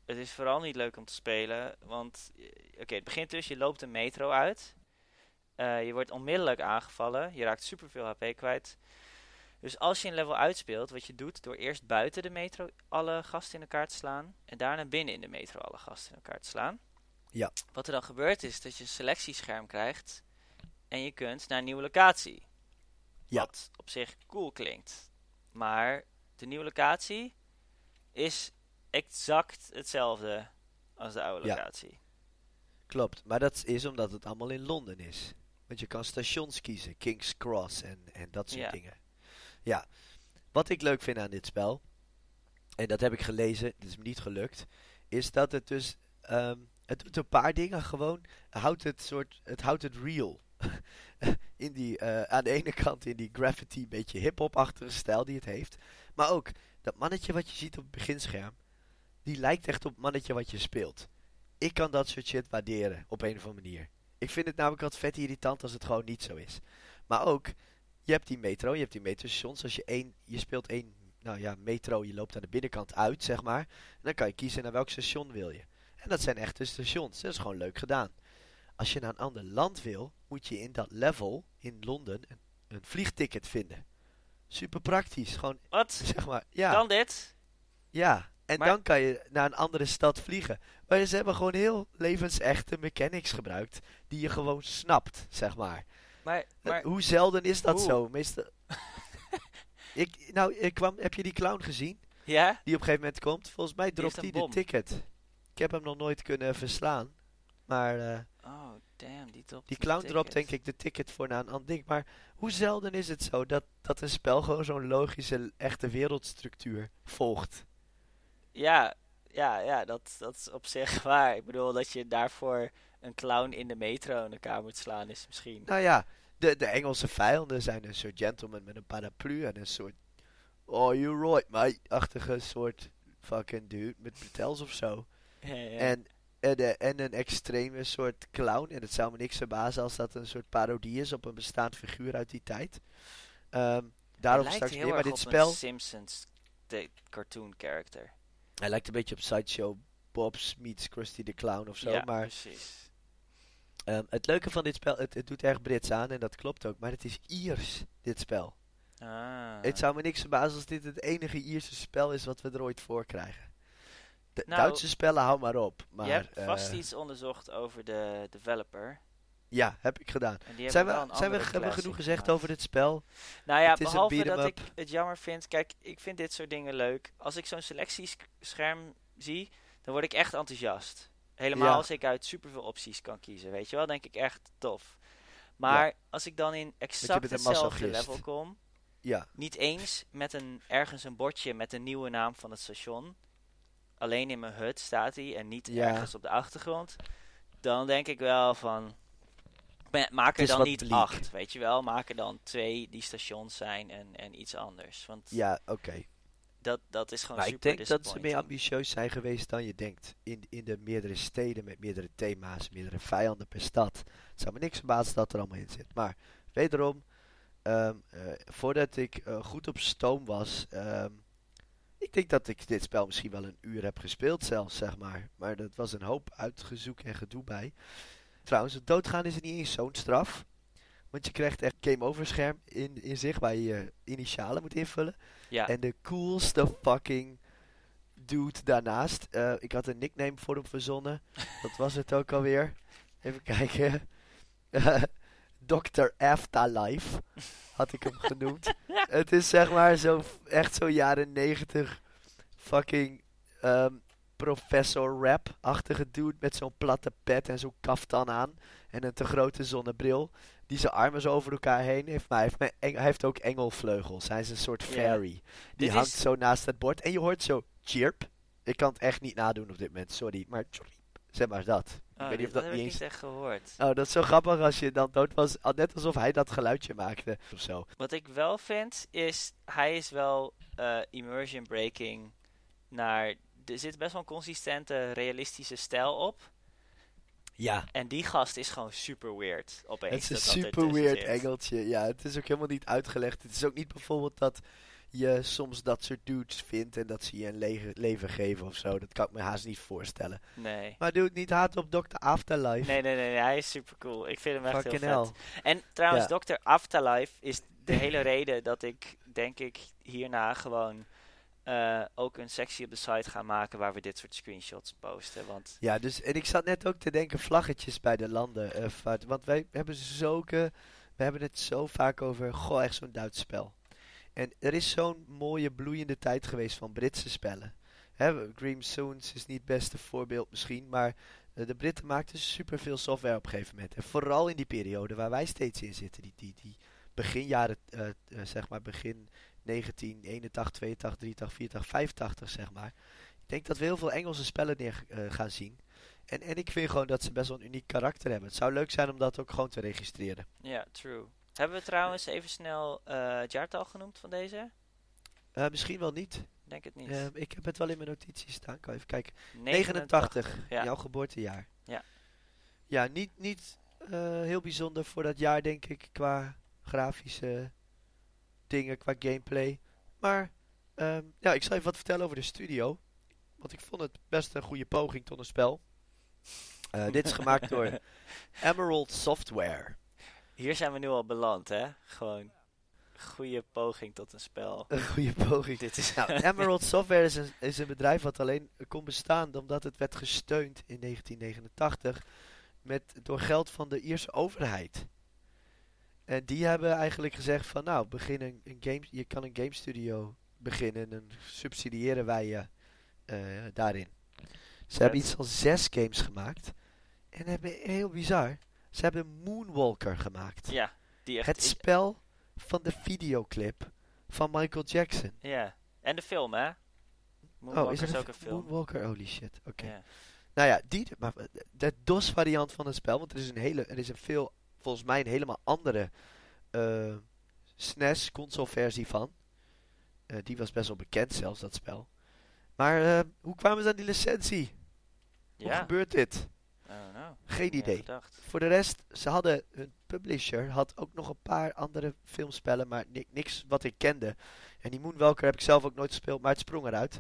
Het is vooral niet leuk om te spelen, want eh, oké, het begint dus, je loopt een metro uit. Eh, je wordt onmiddellijk aangevallen, je raakt superveel H P kwijt. Dus als je een level uitspeelt, wat je doet door eerst buiten de metro alle gasten in elkaar te slaan en daarna binnen in de metro alle gasten in elkaar te slaan. Ja. Wat er dan gebeurt is dat je een selectiescherm krijgt en je kunt naar een nieuwe locatie. Ja. Wat op zich cool klinkt. Maar de nieuwe locatie is exact hetzelfde als de oude Ja. locatie. Klopt, maar dat is omdat het allemaal in Londen is. Want je kan stations kiezen, King's Cross en, en dat soort Ja. dingen. Ja, wat ik leuk vind aan dit spel, en dat heb ik gelezen, het is me niet gelukt, is dat het dus, ehm, het doet een paar dingen gewoon, houdt het soort, het houdt het real. in die, eh, aan de ene kant in die graffiti, beetje hip-hop-achtige stijl die het heeft. Maar ook, dat mannetje wat je ziet op het beginscherm, die lijkt echt op het mannetje wat je speelt. Ik kan dat soort shit waarderen, op een of andere manier. Ik vind het namelijk wat vet irritant als het gewoon niet zo is. Maar ook, je hebt die metro, je hebt die metrostations. Als je één, je speelt één, nou ja, metro, je loopt aan de binnenkant uit, zeg maar. En dan kan je kiezen naar welk station wil je. En dat zijn echte stations, dat is gewoon leuk gedaan. Als je naar een ander land wil, moet je in dat level, in Londen, een, een vliegticket vinden. Super praktisch, gewoon, Wat? zeg maar, ja. Kan dit? Ja, en Maar- dan kan je naar een andere stad vliegen. Maar ze hebben gewoon heel levensechte mechanics gebruikt, die je gewoon snapt, zeg maar. Maar, maar Hoe zelden is dat Hoe? zo? Meestal... ik, nou, ik kwam, heb je die clown gezien? ja? Die op een gegeven moment komt. Volgens mij Die dropt heeft hij een de bom. ticket. Ik heb hem nog nooit kunnen verslaan. Maar eh, Oh, damn, die top. die clown dropt denk ik de ticket voor naar een ander ding. Maar hoe zelden is het zo dat, dat een spel gewoon zo'n logische, echte wereldstructuur volgt? Ja, ja, ja, dat, dat is op zich waar. Ik bedoel, dat je daarvoor een clown in de metro in elkaar moet slaan is misschien... Nou ja, de, de Engelse vijanden zijn een soort gentleman met een paraplu en een soort... Oh, you're right, mate-achtige soort fucking dude met bretels of zo. Ja, ja. En, en, eh, en een extreme soort clown. En het zou me niks verbazen als dat een soort parodie is op een bestaand figuur uit die tijd. Ehm Hij daarover lijkt straks heel meer. Maar erg dit op spel, een Simpsons de- cartoon character. hij lijkt een beetje op Sideshow Bob's meets Krusty the Clown of zo. Ja, maar precies. ehm, het leuke van dit spel, het, het doet erg Brits aan en dat klopt ook. Maar het is Iers, dit spel. Ah. Het zou me niks verbazen als dit het enige Ierse spel is wat we er ooit voor krijgen. De Nou, Duitse spellen, hou maar op. Maar, je hebt vast eh, iets onderzocht over de developer. ja, heb ik gedaan. En die Zijn hebben we, wel een zijn we, andere hebben we classic genoeg gezegd gemaakt. over dit spel? Nou ja, Het is een behalve beat 'em dat up. ik het jammer vind. Kijk, ik vind dit soort dingen leuk. Als ik zo'n selectiescherm zie, dan word ik echt enthousiast. Helemaal Ja. als ik uit superveel opties kan kiezen. Weet je wel, denk ik echt tof. Maar Ja. als ik dan in exact bent een hetzelfde masochist. level kom, Ja, niet eens met een, ergens een bordje met een nieuwe naam van het station. Alleen in mijn hut staat hij en niet Ja. ergens op de achtergrond. Dan denk ik wel van... ma- Maak Het er is dan wat niet bleek. acht, weet je wel. Maak er dan twee die stations zijn en, en iets anders. Want ja oké. dat, dat is gewoon Maar ik super denk dat ze meer disappointing. ambitieus zijn geweest dan je denkt. In, in de meerdere steden met meerdere thema's, meerdere vijanden per stad. Het zou me niks verbazen dat er allemaal in zit. Maar wederom, ehm, eh, voordat ik eh, goed op stoom was... ehm, ik denk dat ik dit spel misschien wel een uur heb gespeeld zelfs, zeg maar. Maar dat was een hoop uitgezoek en gedoe bij. Trouwens, het doodgaan is niet eens zo'n straf. Want je krijgt echt game over scherm in, in zich waar je je initialen moet invullen. Ja, En de coolste fucking dude daarnaast. eh, ik had een nickname voor hem verzonnen. Dat was het ook alweer. Even kijken. dokter Afterlife had ik hem genoemd. Het is zeg maar zo echt zo jaren negentig fucking ehm, professor rap-achtige dude met zo'n platte pet en zo'n kaftan aan. En een te grote zonnebril. Die zijn armen zo over elkaar heen heeft. Maar hij heeft, me- eng- hij heeft ook engelvleugels. Hij is een soort Ja. fairy. Die Dit hangt is- zo naast het bord. En je hoort zo chirp. Ik kan het echt niet nadoen op dit moment. Sorry. Maar chirp. Zeg maar dat. oh, weet niet dit- of dat dat heb niet ik eens- niet echt gehoord. Oh, dat is zo grappig als je dan dood was. al- Net alsof hij dat geluidje maakte. Of zo. Wat ik wel vind, is... Hij is wel eh, immersion breaking naar... Er zit best wel een consistente, realistische stijl op. Ja. En die gast is gewoon super weird opeens. Het is een dat dat super ertussen weird zit. engeltje. Ja, het is ook helemaal niet uitgelegd. Het is ook niet bijvoorbeeld dat je soms dat soort dudes vindt en dat ze je een lege- leven geven of zo. Dat kan ik me haast niet voorstellen. Nee. Maar doe het niet haat op dokter Afterlife. Nee, nee, nee, nee, hij is super cool. Ik vind hem echt Fucking heel hell. vet. En trouwens, Ja. dokter Afterlife is de hele reden dat ik, denk ik, hierna gewoon eh, ook een sectie op de site ga maken waar we dit soort screenshots posten. Want Ja, dus, en ik zat net ook te denken, vlaggetjes bij de landen. eh, vaart. Want wij hebben zulke, we hebben het zo vaak over, goh, echt zo'n Duits spel. En er is zo'n mooie bloeiende tijd geweest van Britse spellen. Hè, Grim Zoons is niet het beste voorbeeld misschien, maar eh, de Britten maakten superveel software op een gegeven moment. En vooral in die periode waar wij steeds in zitten, die, die, die begin jaren, eh, eh, zeg maar begin negentien eenentachtig, tweeëntachtig, drieëntachtig, vierentachtig, vijfentachtig zeg maar. Ik denk dat we heel veel Engelse spellen neer eh, gaan zien. En, en ik vind gewoon dat ze best wel een uniek karakter hebben. Het zou leuk zijn om dat ook gewoon te registreren. ja, true. Hebben we trouwens even snel eh, het jaartal genoemd van deze? Eh, misschien wel niet. Denk het niet. Ehm, ik heb het wel in mijn notities staan. Kan even kijken. negenentachtig. negenentachtig, Ja. jouw geboortejaar. Ja. Ja, niet, niet eh, heel bijzonder voor dat jaar, denk ik, qua grafische dingen, qua gameplay. Maar ehm, ja, ik zal even wat vertellen over de studio. Want ik vond het best een goede poging tot een spel. Eh, dit is gemaakt door Emerald Software. Hier zijn we nu al beland, hè? Gewoon goede poging tot een spel. Een goede poging. Dit is Nou, Emerald Software is een, is een bedrijf wat alleen kon bestaan omdat het werd gesteund in negentien negenentachtig met, door geld van de Ierse overheid. En die hebben eigenlijk gezegd van nou, begin een, een game, je kan een game studio beginnen en dan subsidiëren wij je eh, daarin. Ze hebben iets van zes games gemaakt en hebben heel bizar. Ze hebben Moonwalker gemaakt. Ja, die echt... Het is- spel van de videoclip van Michael Jackson. ja, en de film, hè? Oh, Moonwalker is er is een ook een fi- film. Moonwalker? Holy shit. Oké. Ja. Nou ja, die, maar de DOS variant van het spel, want er is een hele, er is een veel, volgens mij een helemaal andere eh, S N E S console versie van. Eh, die was best wel bekend zelfs, dat spel. Maar eh, hoe kwamen ze aan die licentie? Hoe Ja. gebeurt dit? Oh, no. Geen Ja, idee. gedacht. Voor de rest, ze hadden, hun publisher had ook nog een paar andere filmspellen, maar ni- niks wat ik kende. En die Moonwalker heb ik zelf ook nooit gespeeld, maar het sprong eruit.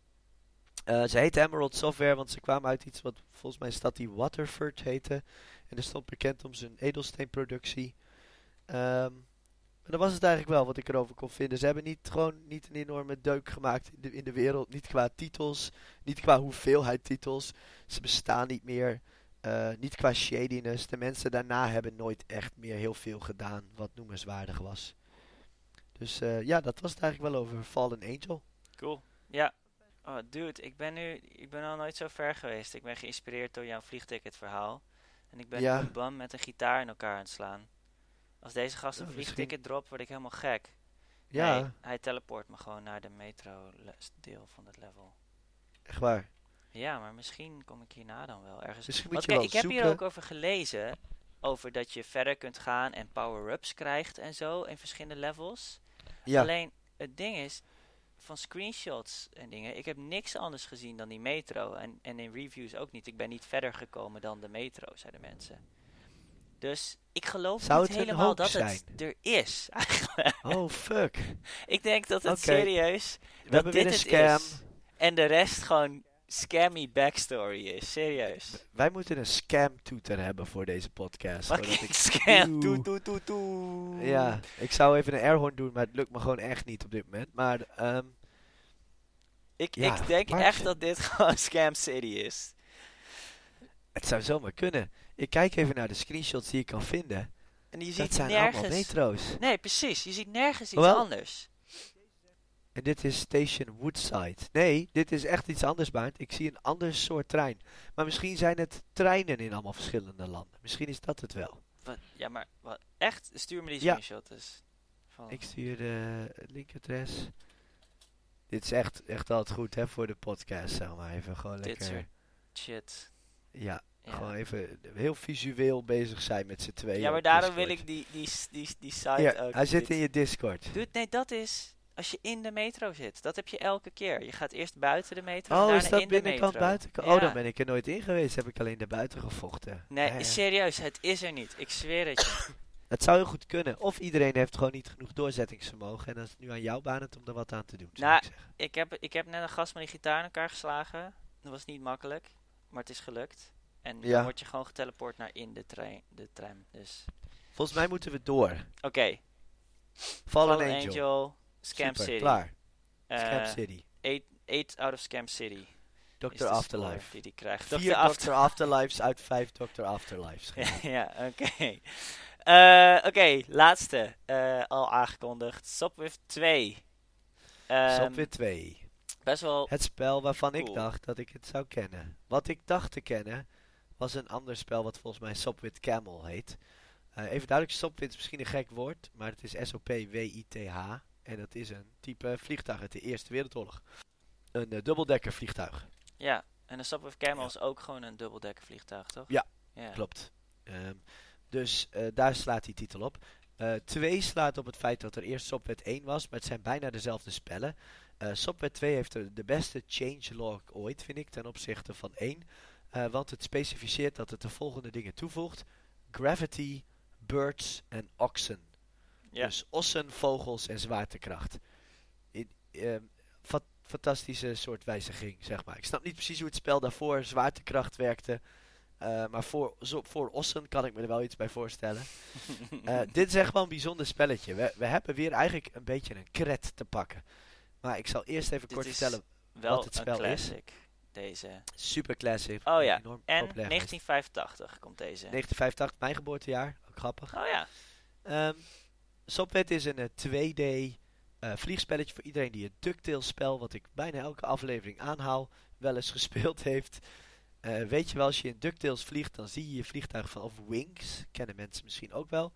Eh, ze heette Emerald Software, want ze kwamen uit iets wat volgens mij stad die Waterford heette. En er stond bekend om zijn edelsteenproductie. Ehm maar dat was het eigenlijk wel wat ik erover kon vinden. Ze hebben niet gewoon niet een enorme deuk gemaakt in de, in de wereld. Niet qua titels, niet qua hoeveelheid titels. Ze bestaan niet meer. Eh, niet qua shadiness. De mensen daarna hebben nooit echt meer heel veel gedaan wat noemenswaardig was. Dus eh, ja, dat was het eigenlijk wel over Fallen Angel. Cool. Ja. Oh, dude, ik ben nu... Ik ben al nooit zo ver geweest. Ik ben geïnspireerd door jouw vliegticketverhaal. En ik ben Ja. nu bam met een gitaar in elkaar aan het slaan. Als deze gast een Oh, vliegticket dropt, word ik helemaal gek. Ja, Nee, hij teleport me gewoon naar de metro le- deel van het level. echt waar. Ja, maar misschien kom ik hierna dan wel ergens. Misschien Want moet je kijk, wel ik heb hier zoeken. ook over gelezen. Over dat je verder kunt gaan en power-ups krijgt en zo in verschillende levels. Ja, Alleen, het ding is, van screenshots en dingen, ik heb niks anders gezien dan die metro. En, en in reviews ook niet. Ik ben niet verder gekomen dan de metro, zeiden mensen. Dus ik geloof Zou niet het een helemaal hoax dat zijn? het er is, eigenlijk. oh fuck. Ik denk dat het Oké. serieus, We dat hebben dit weer een het scam. is. En de rest gewoon scammy backstory is, serieus. Wij moeten een scam toeter hebben voor deze podcast. zodat Fucking ik- scam, Oeh. toe toe toe toe. Ja, ik zou even een airhorn doen, maar het lukt me gewoon echt niet op dit moment. Maar ehm, Ik, Ja, ik denk maar- echt dat dit gewoon Scam City is. het zou zomaar kunnen. Ik kijk even naar de screenshots die ik kan vinden. En je Dat ziet zijn allemaal nergens... metro's. Nee, precies. Je ziet nergens iets Hoewel- anders. En dit is Station Woodside. Nee, dit is echt iets anders, Baart. Ik zie een ander soort trein. Maar misschien zijn het treinen in allemaal verschillende landen. Misschien is dat het wel. Wat, ja, maar wat, echt? Stuur me die Ja. screenshot dus. Van, Ik stuur de linkadres. Dit is echt, echt altijd goed, hè, voor de podcast, zeg maar. Even gewoon dit lekker... soort shit. Ja, Ja. gewoon even heel visueel bezig zijn met z'n tweeën. Ja, maar op daarom wil Discord. ik die, die, die, die site Ja, ook. hij zit dit- in je Discord. Dude, nee, dat is als je in de metro zit. Dat heb je elke keer. Je gaat eerst buiten de metro. en Oh, daarna is dat in de binnenkant metro. buitenkant? Ja. Oh, dan ben ik er nooit in geweest. Heb ik alleen de buiten gevochten. Nee, Ja, ja. serieus, het is er niet. Ik zweer het je. Het zou heel goed kunnen. Of iedereen heeft gewoon niet genoeg doorzettingsvermogen. En dan is het nu aan jouw baan om er wat aan te doen, zou Nou, ik zeggen. ik heb, ik heb net een gast met een gitaar in elkaar geslagen. Dat was niet makkelijk, maar het is gelukt. En Ja. dan word je gewoon geteleport naar in de, trein, de tram. Dus, Volgens mij moeten we door. oké. Okay. Fallen, Fallen Angel. Angel, Scam Super, City. klaar. Eh, Scam City. eight out of Scam City. Is doctor de Afterlife. score die die krijgt. Vier doctor After- doctor Afterlives uit vijf doctor Afterlives. ja, oké. Eh, Oké, laatste. eh, al aangekondigd. Sopwith twee. Ehm, Sopwith twee. Best wel... Het spel waarvan cool. ik dacht dat ik het zou kennen. Wat ik dacht te kennen was een ander spel wat volgens mij Sopwith Camel heet. Uh, even duidelijk, Sopwith is misschien een gek woord, maar het is S O P W I T H. En dat is een type vliegtuig uit de Eerste Wereldoorlog. Een uh, dubbeldekker vliegtuig. Ja, en een Sopwith Camel Ja. is ook gewoon een dubbeldekker vliegtuig, toch? Ja, ja. Klopt. Um, dus uh, daar slaat die titel op. Uh, twee slaat op het feit dat er eerst Sopwith één was, maar het zijn bijna dezelfde spellen. Uh, Sopwith twee heeft de, de beste changelog ooit, vind ik, ten opzichte van één. Uh, want het specificeert dat het de volgende dingen toevoegt. Gravity, birds en oxen. Ja. Dus ossen, vogels en zwaartekracht. In, uh, fa fantastische soort wijziging, zeg maar. Ik snap niet precies hoe het spel daarvoor zwaartekracht werkte. Uh, maar voor, zo, voor ossen kan ik me er wel iets bij voorstellen. uh, dit is echt wel een bijzonder spelletje. We, we hebben weer eigenlijk een beetje een cred te pakken. Maar ik zal eerst even Dit kort is vertellen wel wat het spel een is. classic, deze. Super classic. Oh ja, enorm en populair negentien vijfentachtig komt deze. negentien vijfentachtig, mijn geboortejaar. Ook grappig. Oh ja. Um, Sopwith is een uh, twee D uh, vliegspelletje voor iedereen die het DuckTales spel, wat ik bijna elke aflevering aanhaal, wel eens gespeeld heeft. Uh, weet je wel, als je in DuckTales vliegt, dan zie je je vliegtuig vanaf Wings. Kennen mensen misschien ook wel.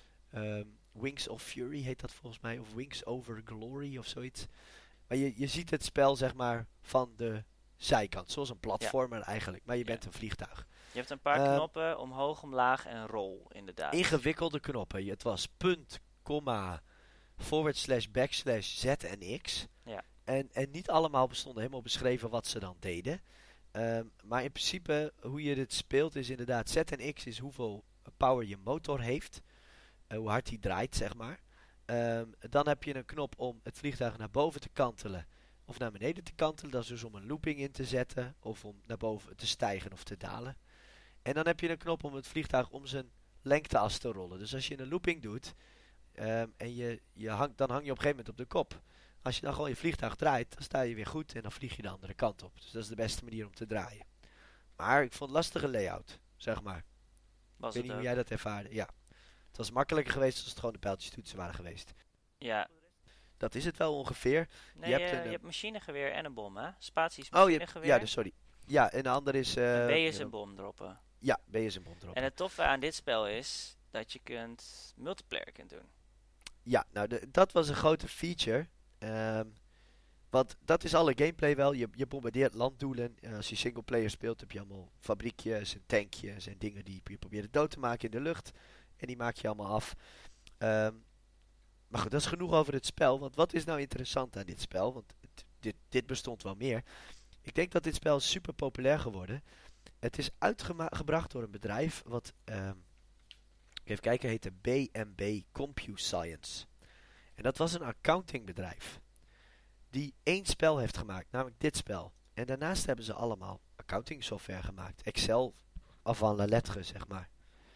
Um, Wings of Fury heet dat volgens mij. Of Wings Over Glory of zoiets. Maar je, je ziet het spel zeg maar van de zijkant. Zoals een platformer ja. eigenlijk. Maar je bent ja. een vliegtuig. Je hebt een paar uh, knoppen, omhoog, omlaag en rol inderdaad. Ingewikkelde knoppen. Het was punt, komma, forward slash, backslash, z en x. Ja. En, en niet allemaal bestonden helemaal beschreven wat ze dan deden. Um, maar in principe, hoe je dit speelt is inderdaad, z en x is hoeveel power je motor heeft. Uh, hoe hard die draait, zeg maar. Um, dan heb je een knop om het vliegtuig naar boven te kantelen of naar beneden te kantelen. Dat is dus om een looping in te zetten of om naar boven te stijgen of te dalen. En dan heb je een knop om het vliegtuig om zijn lengteas te rollen. Dus als je een looping doet um, en je, je hang, dan hang je op een gegeven moment op de kop. Als je dan gewoon je vliegtuig draait, dan sta je weer goed en dan vlieg je de andere kant op. Dus dat is de beste manier om te draaien. Maar ik vond het lastige layout, zeg maar. Was ik weet niet ook. hoe jij dat ervaarde. Ja. Het was makkelijker geweest als het gewoon de pijltjes toetsen waren geweest. Ja. Dat is het wel ongeveer. Nee, je, hebt uh, een, je hebt machinegeweer en een bom, hè? Spatie is oh, machinegeweer. je, ja, dus sorry. Ja, en de andere is... Uh, en B is een bom droppen. Ja, B is een bom droppen. En het toffe aan dit spel is dat je kunt multiplayer kunt doen. Ja, nou, de, dat was een grote feature. Um, want dat is alle gameplay wel. Je, je bombardeert landdoelen. Uh, als je singleplayer speelt heb je allemaal fabriekjes en tankjes en dingen die je probeert dood te maken in de lucht. En die maak je allemaal af. Um, maar goed, dat is genoeg over het spel. Want wat is nou interessant aan dit spel? Want het, dit, dit bestond wel meer. Ik denk dat dit spel super populair geworden. Het is uitgebracht door een bedrijf wat... Um, even kijken, heette B M B CompuScience. En dat was een accountingbedrijf. Die één spel heeft gemaakt, namelijk dit spel. En daarnaast hebben ze allemaal accounting software gemaakt. Excel avant la lettre, zeg maar.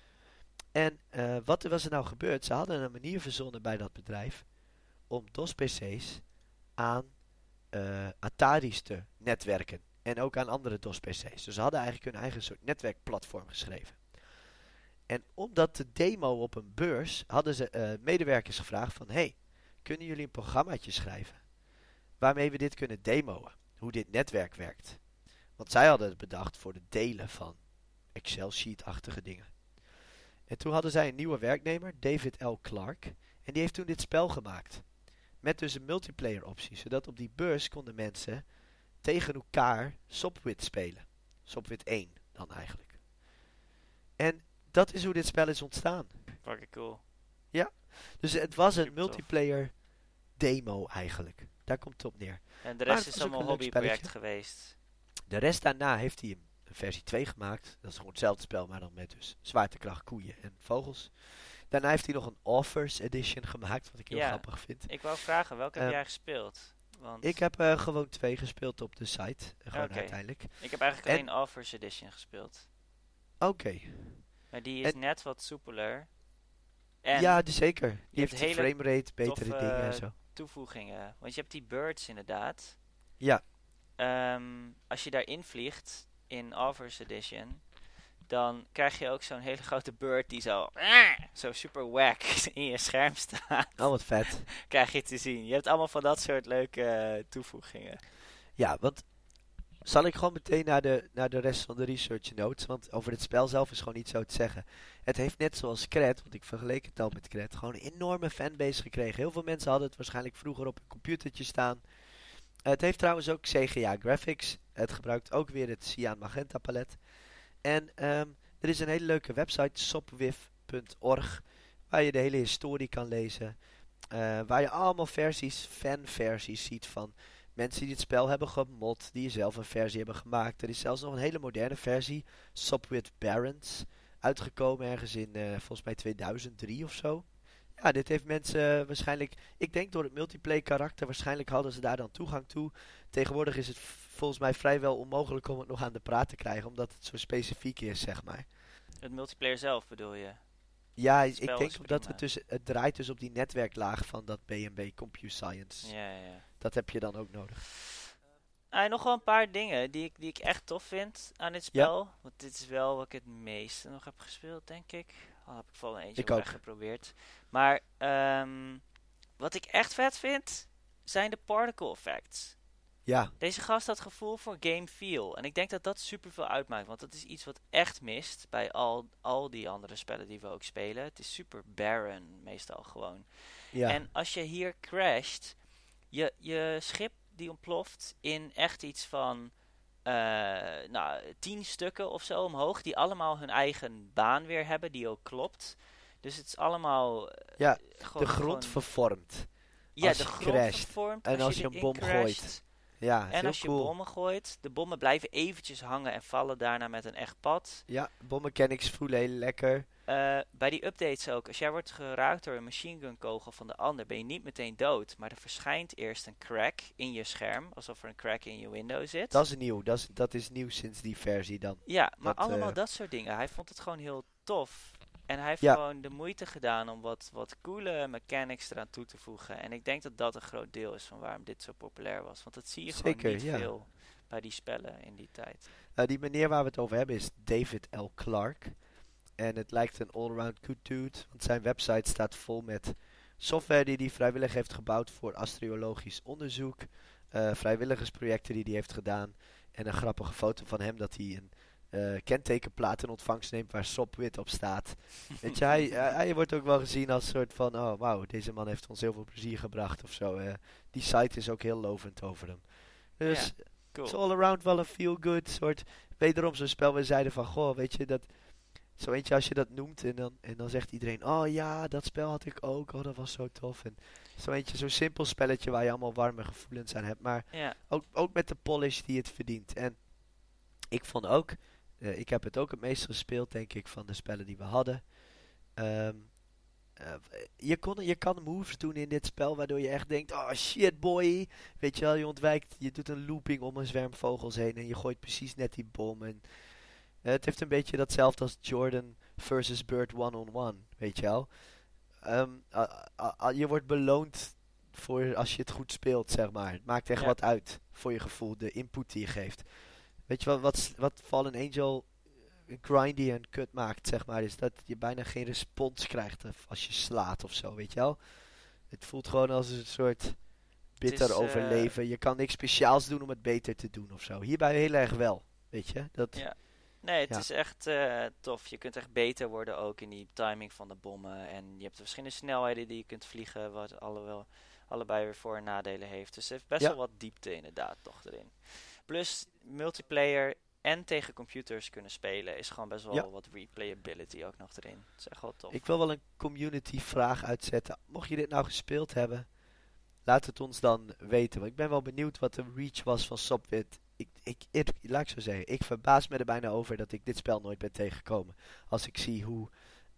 En uh, wat was er nou gebeurd? Ze hadden een manier verzonnen bij dat bedrijf om DOS-P C's aan uh, Atari's te netwerken. En ook aan andere DOS-P C's. Dus ze hadden eigenlijk hun eigen soort netwerkplatform geschreven. En om dat te demo op een beurs hadden ze uh, medewerkers gevraagd van... Hey, kunnen jullie een programmaatje schrijven waarmee we dit kunnen demoen? Hoe dit netwerk werkt. Want zij hadden het bedacht voor het delen van Excel-sheet-achtige dingen. En toen hadden zij een nieuwe werknemer, David L. Clark. En die heeft toen dit spel gemaakt. Met dus een multiplayer optie. Zodat op die beurs konden mensen tegen elkaar Sopwith spelen. Sopwith één dan eigenlijk. En dat is hoe dit spel is ontstaan. Fucking cool. Ja, dus het was een Super multiplayer tof. Demo eigenlijk. Daar komt het op neer. En de rest maar is allemaal een hobbyproject geweest. De rest daarna heeft hij een versie twee gemaakt. Dat is gewoon hetzelfde spel, maar dan met dus zwaartekracht, koeien en vogels. Daarna heeft hij nog een Offers Edition gemaakt, wat ik heel Ja. grappig vind. Ik wou vragen, welke heb Ehm, jij gespeeld? Want Ik heb eh, gewoon twee gespeeld op de site, eh, gewoon Oké. uiteindelijk. ik heb eigenlijk en- alleen Offers Edition gespeeld. Oké, Maar die is En- net wat soepeler. En ja, dus zeker. Die hebt heeft de hele framerate, betere toffe dingen en zo. toevoegingen. Want je hebt die birds inderdaad. Ja, Ehm, als je daarin vliegt, in Offers Edition, dan krijg je ook zo'n hele grote bird die zo, zo super wack in je scherm staat. oh wat vet. Krijg je te zien. Je hebt allemaal van dat soort leuke eh, toevoegingen. Ja, want zal ik gewoon meteen naar de, naar de rest van de research notes, want over het spel zelf is gewoon niet zo te zeggen. Het heeft net zoals Cred, want ik vergeleek het al met Cred, gewoon een enorme fanbase gekregen. Heel veel mensen hadden het waarschijnlijk vroeger op een computertje staan. Het heeft trouwens ook C G A graphics. Het gebruikt ook weer het Cyan Magenta palet. En ehm, er is een hele leuke website, sopwif punt org, waar je de hele historie kan lezen. eh, waar je allemaal versies, fanversies ziet van mensen die het spel hebben gemod, die zelf een versie hebben gemaakt. Er is zelfs nog een hele moderne versie, Sopwith Barons, uitgekomen ergens in eh, volgens mij tweeduizend drie of zo. Ja, dit heeft mensen eh, waarschijnlijk, ik denk door het multiplayer karakter, waarschijnlijk hadden ze daar dan toegang toe. Tegenwoordig is het v- volgens mij vrijwel onmogelijk om het nog aan de praat te krijgen, omdat het zo specifiek is, zeg maar. Het multiplayer zelf bedoel je? Ja, Het ik spel denk is omdat prima. het dus, het draait dus op die netwerklaag van dat B en B Compute Science. Ja, ja, ja. Dat heb je dan ook nodig. Ah, nog wel een paar dingen die ik, die ik echt tof vind aan dit spel. Want dit is wel wat ik het meeste nog heb gespeeld, denk ik. Al heb ik vooral een eentje Ik wel ook. echt geprobeerd. Maar ehm, wat ik echt vet vind, zijn de particle effects. Ja, Deze gast had gevoel voor game feel. En ik denk dat dat super veel uitmaakt. Want dat is iets wat echt mist bij al, al die andere spellen die we ook spelen. Het is super barren meestal gewoon. ja, En als je hier crasht, je, je schip die ontploft in echt iets van eh, nou, tien stukken of zo omhoog. Die allemaal hun eigen baan weer hebben, die ook klopt. Dus het is allemaal eh, ja. gewoon, De grond gewoon- vervormt. ja, als de je grond crasht. vervormt En als je erin een bom crasht. gooit. Ja, het is En heel als je cool. bommen gooit, de bommen blijven eventjes hangen en vallen daarna met een echt pad. Ja, bommechanics voelen heel lekker. Eh, bij die updates ook, als jij wordt geraakt door een machine gun kogel van de ander, ben je niet meteen dood. Maar er verschijnt eerst een crack in je scherm, alsof er een crack in je window zit. Dat is nieuw. Dat is, dat is nieuw sinds die versie dan. Ja, maar dat, allemaal eh, dat soort dingen. Hij vond het gewoon heel tof. En hij heeft Ja. gewoon de moeite gedaan om wat, wat coole mechanics eraan toe te voegen. En ik denk dat dat een groot deel is van waarom dit zo populair was. Want dat zie je Zeker, gewoon niet ja. veel bij die spellen in die tijd. Eh, die meneer waar we het over hebben is David L. Clark. En het lijkt een all-around good dude. Want zijn website staat vol met software die hij vrijwillig heeft gebouwd voor astroologisch onderzoek. eh, vrijwilligersprojecten die hij heeft gedaan. En een grappige foto van hem dat hij een eh, kentekenplaat in ontvangst neemt waar Sopwith op staat. Weet je, hij, hij, hij wordt ook wel gezien als soort van, oh wauw, deze man heeft ons heel veel plezier gebracht of zo. eh. die site is ook heel lovend over hem. Dus Ja, cool. het is all around wel een feel good soort, wederom zo'n spel. We zeiden van, goh, weet je, dat, zo eentje als je dat noemt en dan, en dan zegt iedereen, oh ja, dat spel had ik ook, oh dat was zo tof. En zo eentje, zo'n simpel spelletje waar je allemaal warme gevoelens aan hebt, maar Ja, ook, ook met de polish die het verdient. En ik vond ook, eh, ik heb het ook het meest gespeeld, denk ik, van de spellen die we hadden. Ehm, eh, je, kon, je kan moves doen in dit spel waardoor je echt denkt, oh shit boy. Weet je wel, je ontwijkt, je doet een looping om een zwerm vogels heen en je gooit precies net die bom. En, eh, het heeft een beetje datzelfde als Jordan versus Bird one-on-one, weet je wel. Ehm, a- a- a- je wordt beloond voor als je het goed speelt, zeg maar. Het maakt echt Ja. wat uit voor je gevoel, de input die je geeft. Weet je wat, wat, s- wat Fallen Angel eh, grindy en kut maakt, zeg maar, is dat je bijna geen respons krijgt of als je slaat of zo, weet je wel. Het voelt gewoon als een soort bitter is, eh, overleven. Je kan niks speciaals doen om het beter te doen of zo. Hierbij heel erg wel, weet je. Dat, ja. Nee, het Ja. is echt eh, tof. Je kunt echt beter worden ook in die timing van de bommen. En je hebt verschillende snelheden die je kunt vliegen, wat alle wel, allebei weer voor- en nadelen heeft. Dus het heeft best Ja. wel wat diepte inderdaad toch erin. Plus multiplayer en tegen computers kunnen spelen is gewoon best wel Ja. wat replayability ook nog erin. Dat is echt wel tof. Ik wil wel een community vraag uitzetten. Mocht je dit nou gespeeld hebben, laat het ons dan weten. Want ik ben wel benieuwd wat de reach was van Sopwith. Ik, ik, ik, laat ik zo zeggen, ik verbaas me er bijna over dat ik dit spel nooit ben tegengekomen. Als ik zie hoe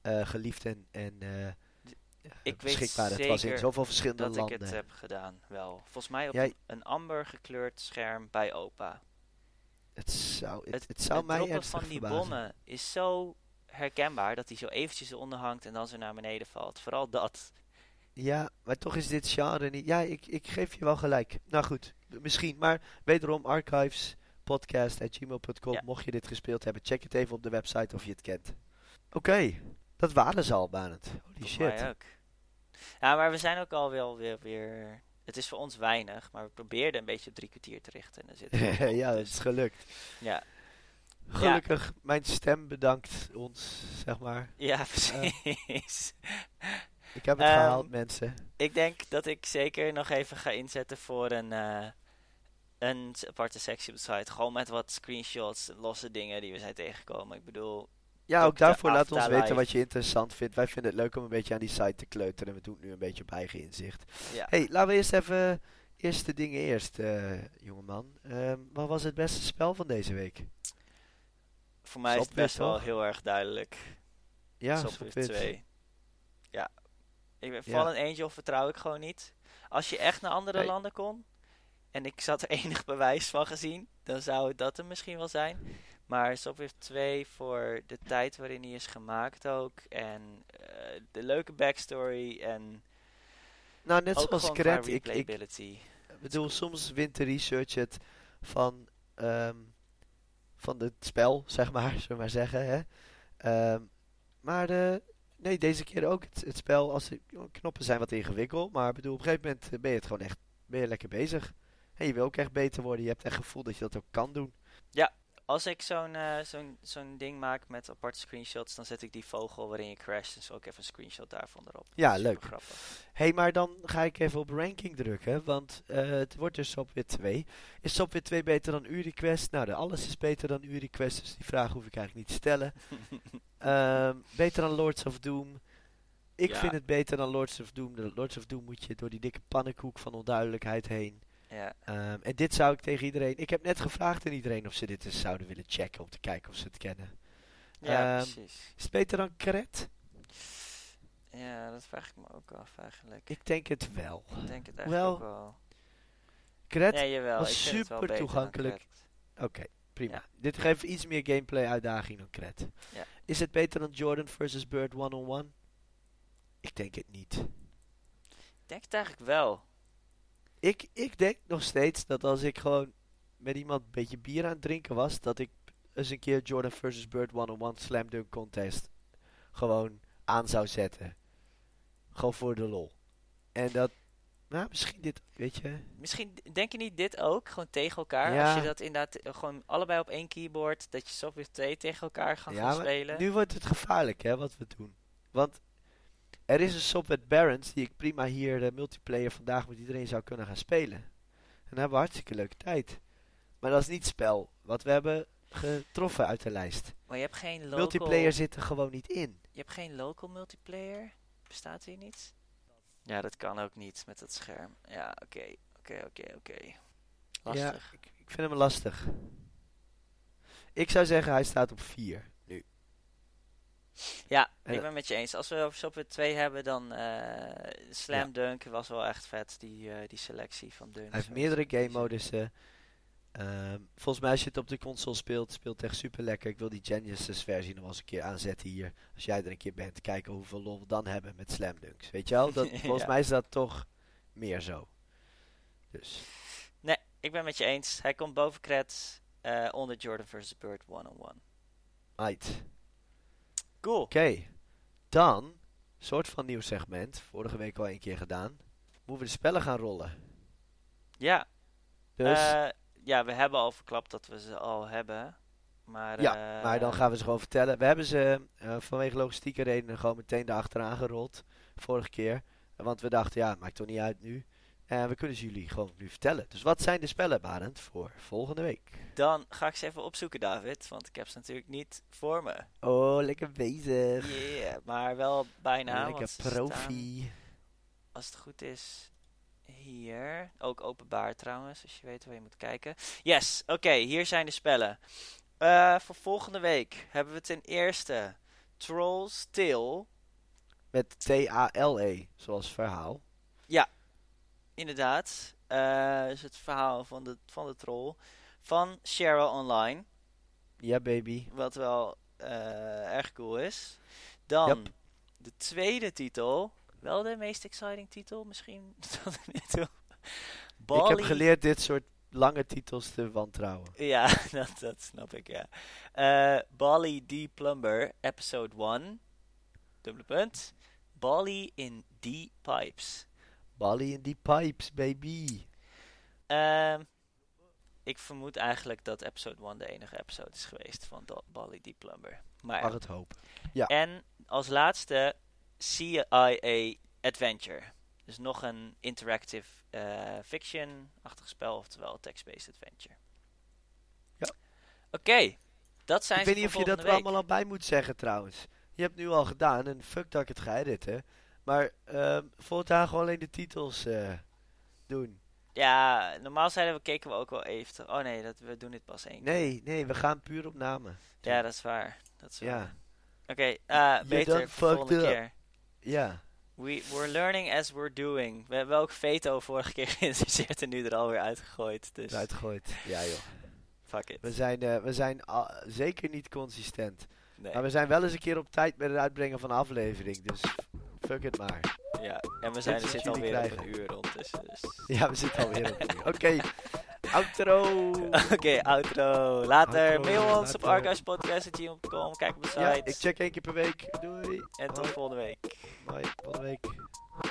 uh, geliefd en, en uh, ik beschikbaar. weet Het was in zoveel verschillende dat landen. ik het heb gedaan, wel. Volgens mij op Jij, een, een amber gekleurd scherm bij opa. Het zou, het, Het, het zou het mij droppen ernstig van die verbazen. bommen is zo herkenbaar dat hij zo eventjes eronder hangt en dan zo naar beneden valt. Vooral dat. Ja, maar toch is dit genre niet... Ja, ik, ik geef je wel gelijk. Nou goed, misschien. Maar wederom, archives, podcast at gmail dot com. Ja. Mocht je dit gespeeld hebben, check het even op de website of je het kent. Oké, okay, dat waren ze al, Barend. Holy Volgens shit. mij ook. Ja, maar we zijn ook al wel weer, weer... Het is voor ons weinig, maar we probeerden een beetje op drie kwartier te richten. En dan zitten we op, ja, dus, het is gelukt. Ja. Gelukkig, ja. Mijn stem bedankt ons, zeg maar. Ja, precies. Uh, ik heb het um, gehaald, mensen. Ik denk dat ik zeker nog even ga inzetten voor een, uh, een aparte sectie op de site. Gewoon met wat screenshots, losse dingen die we zijn tegengekomen. Ik bedoel... Ja, ook, ook daarvoor laat ons live. weten wat je interessant vindt. Wij vinden het leuk om een beetje aan die site te kleuteren. We doen het nu een beetje op eigen inzicht. Ja. Hey, laten we eerst even... Eerste dingen eerst, uh, jongeman. Um, wat was het beste spel van deze week? Voor mij Subwit, is het best toch? wel heel erg duidelijk. Ja, Subwit twee. Ja. Ik ben Fallen ja. Angel vertrouw ik gewoon niet. Als je echt naar andere hey. landen kon... En ik zat er enig bewijs van gezien... Dan zou dat er misschien wel zijn... Maar Subwit twee voor de tijd waarin hij is gemaakt ook. En uh, de leuke backstory. En nou, net ook zoals Cred. Ik, ik bedoel, soms wint de research het van, um, van het spel, zeg maar. Zullen we maar zeggen. Hè? Um, maar de, nee, deze keer ook. Het, het spel, als de knoppen zijn wat ingewikkeld. Maar bedoel, op een gegeven moment ben je het gewoon echt ben je lekker bezig. En je wil ook echt beter worden. Je hebt echt het gevoel dat je dat ook kan doen. Ja. Als ik zo'n uh, zo'n zo'n ding maak met aparte screenshots, dan zet ik die vogel waarin je crasht. Dus ook even een screenshot daarvan erop. Ja, leuk. Hé, hey, maar dan ga ik even op ranking drukken. Want uh, het wordt dus Subwit twee. Is Subwit twee beter dan URequest? Nou, de alles is beter dan URequest. Dus die vraag hoef ik eigenlijk niet te stellen. um, beter dan Lords of Doom? Ik ja. vind het beter dan Lords of Doom. De Lords of Doom moet je door die dikke pannenkoek van onduidelijkheid heen. Ja. Um, en dit zou ik tegen iedereen... Ik heb net gevraagd aan iedereen of ze dit eens zouden willen checken om te kijken of ze het kennen. Ja, um, precies. Is het beter dan Cred? Ja, dat vraag ik me ook af eigenlijk. Ik denk het wel. Ik denk het eigenlijk wel, ook wel. Cred nee, jawel, was super toegankelijk. Oké, okay, prima. Ja. Dit geeft iets meer gameplay uitdaging dan Cred. Ja. Is het beter dan Jordan versus Bird one-on-one? Ik denk het niet. Ik denk het eigenlijk wel. Ik, ik denk nog steeds dat als ik gewoon met iemand een beetje bier aan het drinken was, dat ik eens een keer Jordan versus Bird one-on-one Slam Dunk Contest gewoon aan zou zetten. Gewoon voor de lol. En dat, nou misschien dit, weet je. Misschien, denk je niet dit ook, gewoon tegen elkaar? Ja. Als je dat inderdaad uh, gewoon allebei op één keyboard, dat je Subwit twee tegen elkaar gaat ja, gaan spelen. Nu wordt het gevaarlijk, hè, wat we doen. Want er is een Subwit Barons die ik prima hier de multiplayer vandaag met iedereen zou kunnen gaan spelen. En dan hebben we hartstikke leuke tijd. Maar dat is niet het spel wat we hebben getroffen uit de lijst. Maar je hebt geen local... Multiplayer zit er gewoon niet in. Je hebt geen local multiplayer? Bestaat hier niet? Ja, dat kan ook niet met dat scherm. Ja, oké, okay, oké, okay, oké, okay, oké. Okay. Lastig. Ja, ik, ik vind hem lastig. Ik zou zeggen hij staat op vier nu. Ja, en ik ben met je eens. Als we over Subwit twee hebben, dan uh, Slam ja. Dunk was wel echt vet, die, uh, die selectie van Dunk. Hij heeft meerdere game modussen. Uh, volgens mij als je het op de console speelt, speelt het echt super lekker. Ik wil die Genesis versie nog wel eens een keer aanzetten hier. Als jij er een keer bent, kijken hoeveel lol we dan hebben met Slam Dunks. Weet je wel? Dat, volgens ja. mij is dat toch meer zo. Dus. Nee, ik ben met je eens. Hij komt boven Cred uh, onder Jordan versus Bird one-on-one. Right. Cool. Oké. Okay. Dan, soort van nieuw segment. Vorige week al een keer gedaan. Moeten we de spellen gaan rollen. Ja. Dus... Uh, ja, we hebben al verklapt dat we ze al hebben. Maar, ja, uh, maar dan gaan we ze gewoon vertellen. We hebben ze uh, vanwege logistieke redenen gewoon meteen erachteraan gerold. Vorige keer. Want we dachten, ja, maakt toch niet uit nu. En we kunnen ze jullie gewoon nu vertellen. Dus wat zijn de spellen, Barend, voor volgende week? Dan ga ik ze even opzoeken, David. Want ik heb ze natuurlijk niet voor me. Oh, lekker bezig. Yeah, maar wel bijna. Lekker profi. Staan, als het goed is... Hier, ook openbaar trouwens, als je weet waar je moet kijken. Yes, oké, okay, hier zijn de spellen. Uh, voor volgende week hebben we ten eerste Troll's Tale. Met T A L E, zoals verhaal. Inderdaad. Uh, is het verhaal van de, van de troll. Van Cheryl Online. Ja, baby. Wat wel uh, erg cool is. Dan Yep. de tweede titel. Wel de meest exciting titel misschien. Tot nu toe. Ik heb geleerd dit soort lange titels te wantrouwen. Ja, dat, dat snap ik, ja. Uh, Bali D. Plumber, episode one. Dubbele punt. Bali in D. Pipes. Bali in die pipes, baby. Um, ik vermoed eigenlijk dat episode one de enige episode is geweest van Do- Bali D. Plumber. Maar Mag het hopen. Ja. En als laatste C I A Adventure. Dus nog een interactive uh, fiction-achtig spel, oftewel text-based adventure. Ja. Oké, okay, dat zijn ik ze weet niet voor of je dat volgende er week. allemaal al bij moet zeggen trouwens. Je hebt nu al gedaan en fuck dat ik het ga editen. Maar uh, voortaan gewoon alleen de titels uh, doen. Ja, normaal zeiden we, keken we ook wel even. Te- oh nee, dat, we doen dit pas één keer. Nee, nee, we gaan puur op namen. Ja, dat is waar. Dat is waar. Ja. Oké, okay, uh, beter done voor de volgende fucked keer. Ja. We, we're learning as we're doing. We hebben ook Veto vorige keer geïnteresseerd en nu er alweer uitgegooid. Dus Uitgegooid. Ja joh. fuck it. We zijn, uh, we zijn uh, zeker niet consistent. Nee. Maar we zijn wel eens een keer op tijd met het uitbrengen van een aflevering. Dus fuck it maar. Ja, en we zijn Dit er is zitten wat jullie alweer op krijgen. een uur ondertussen. Dus. Ja, we zitten alweer op een uur. Oké. Okay. Outro. Oké, okay, outro. Later. Outro, Mail ons later. op archivespodcast at gmail dot com. Kijk op de site. Ja, ik check één keer per week. Doei. En tot Hoi. volgende week. Bye. Volgende week.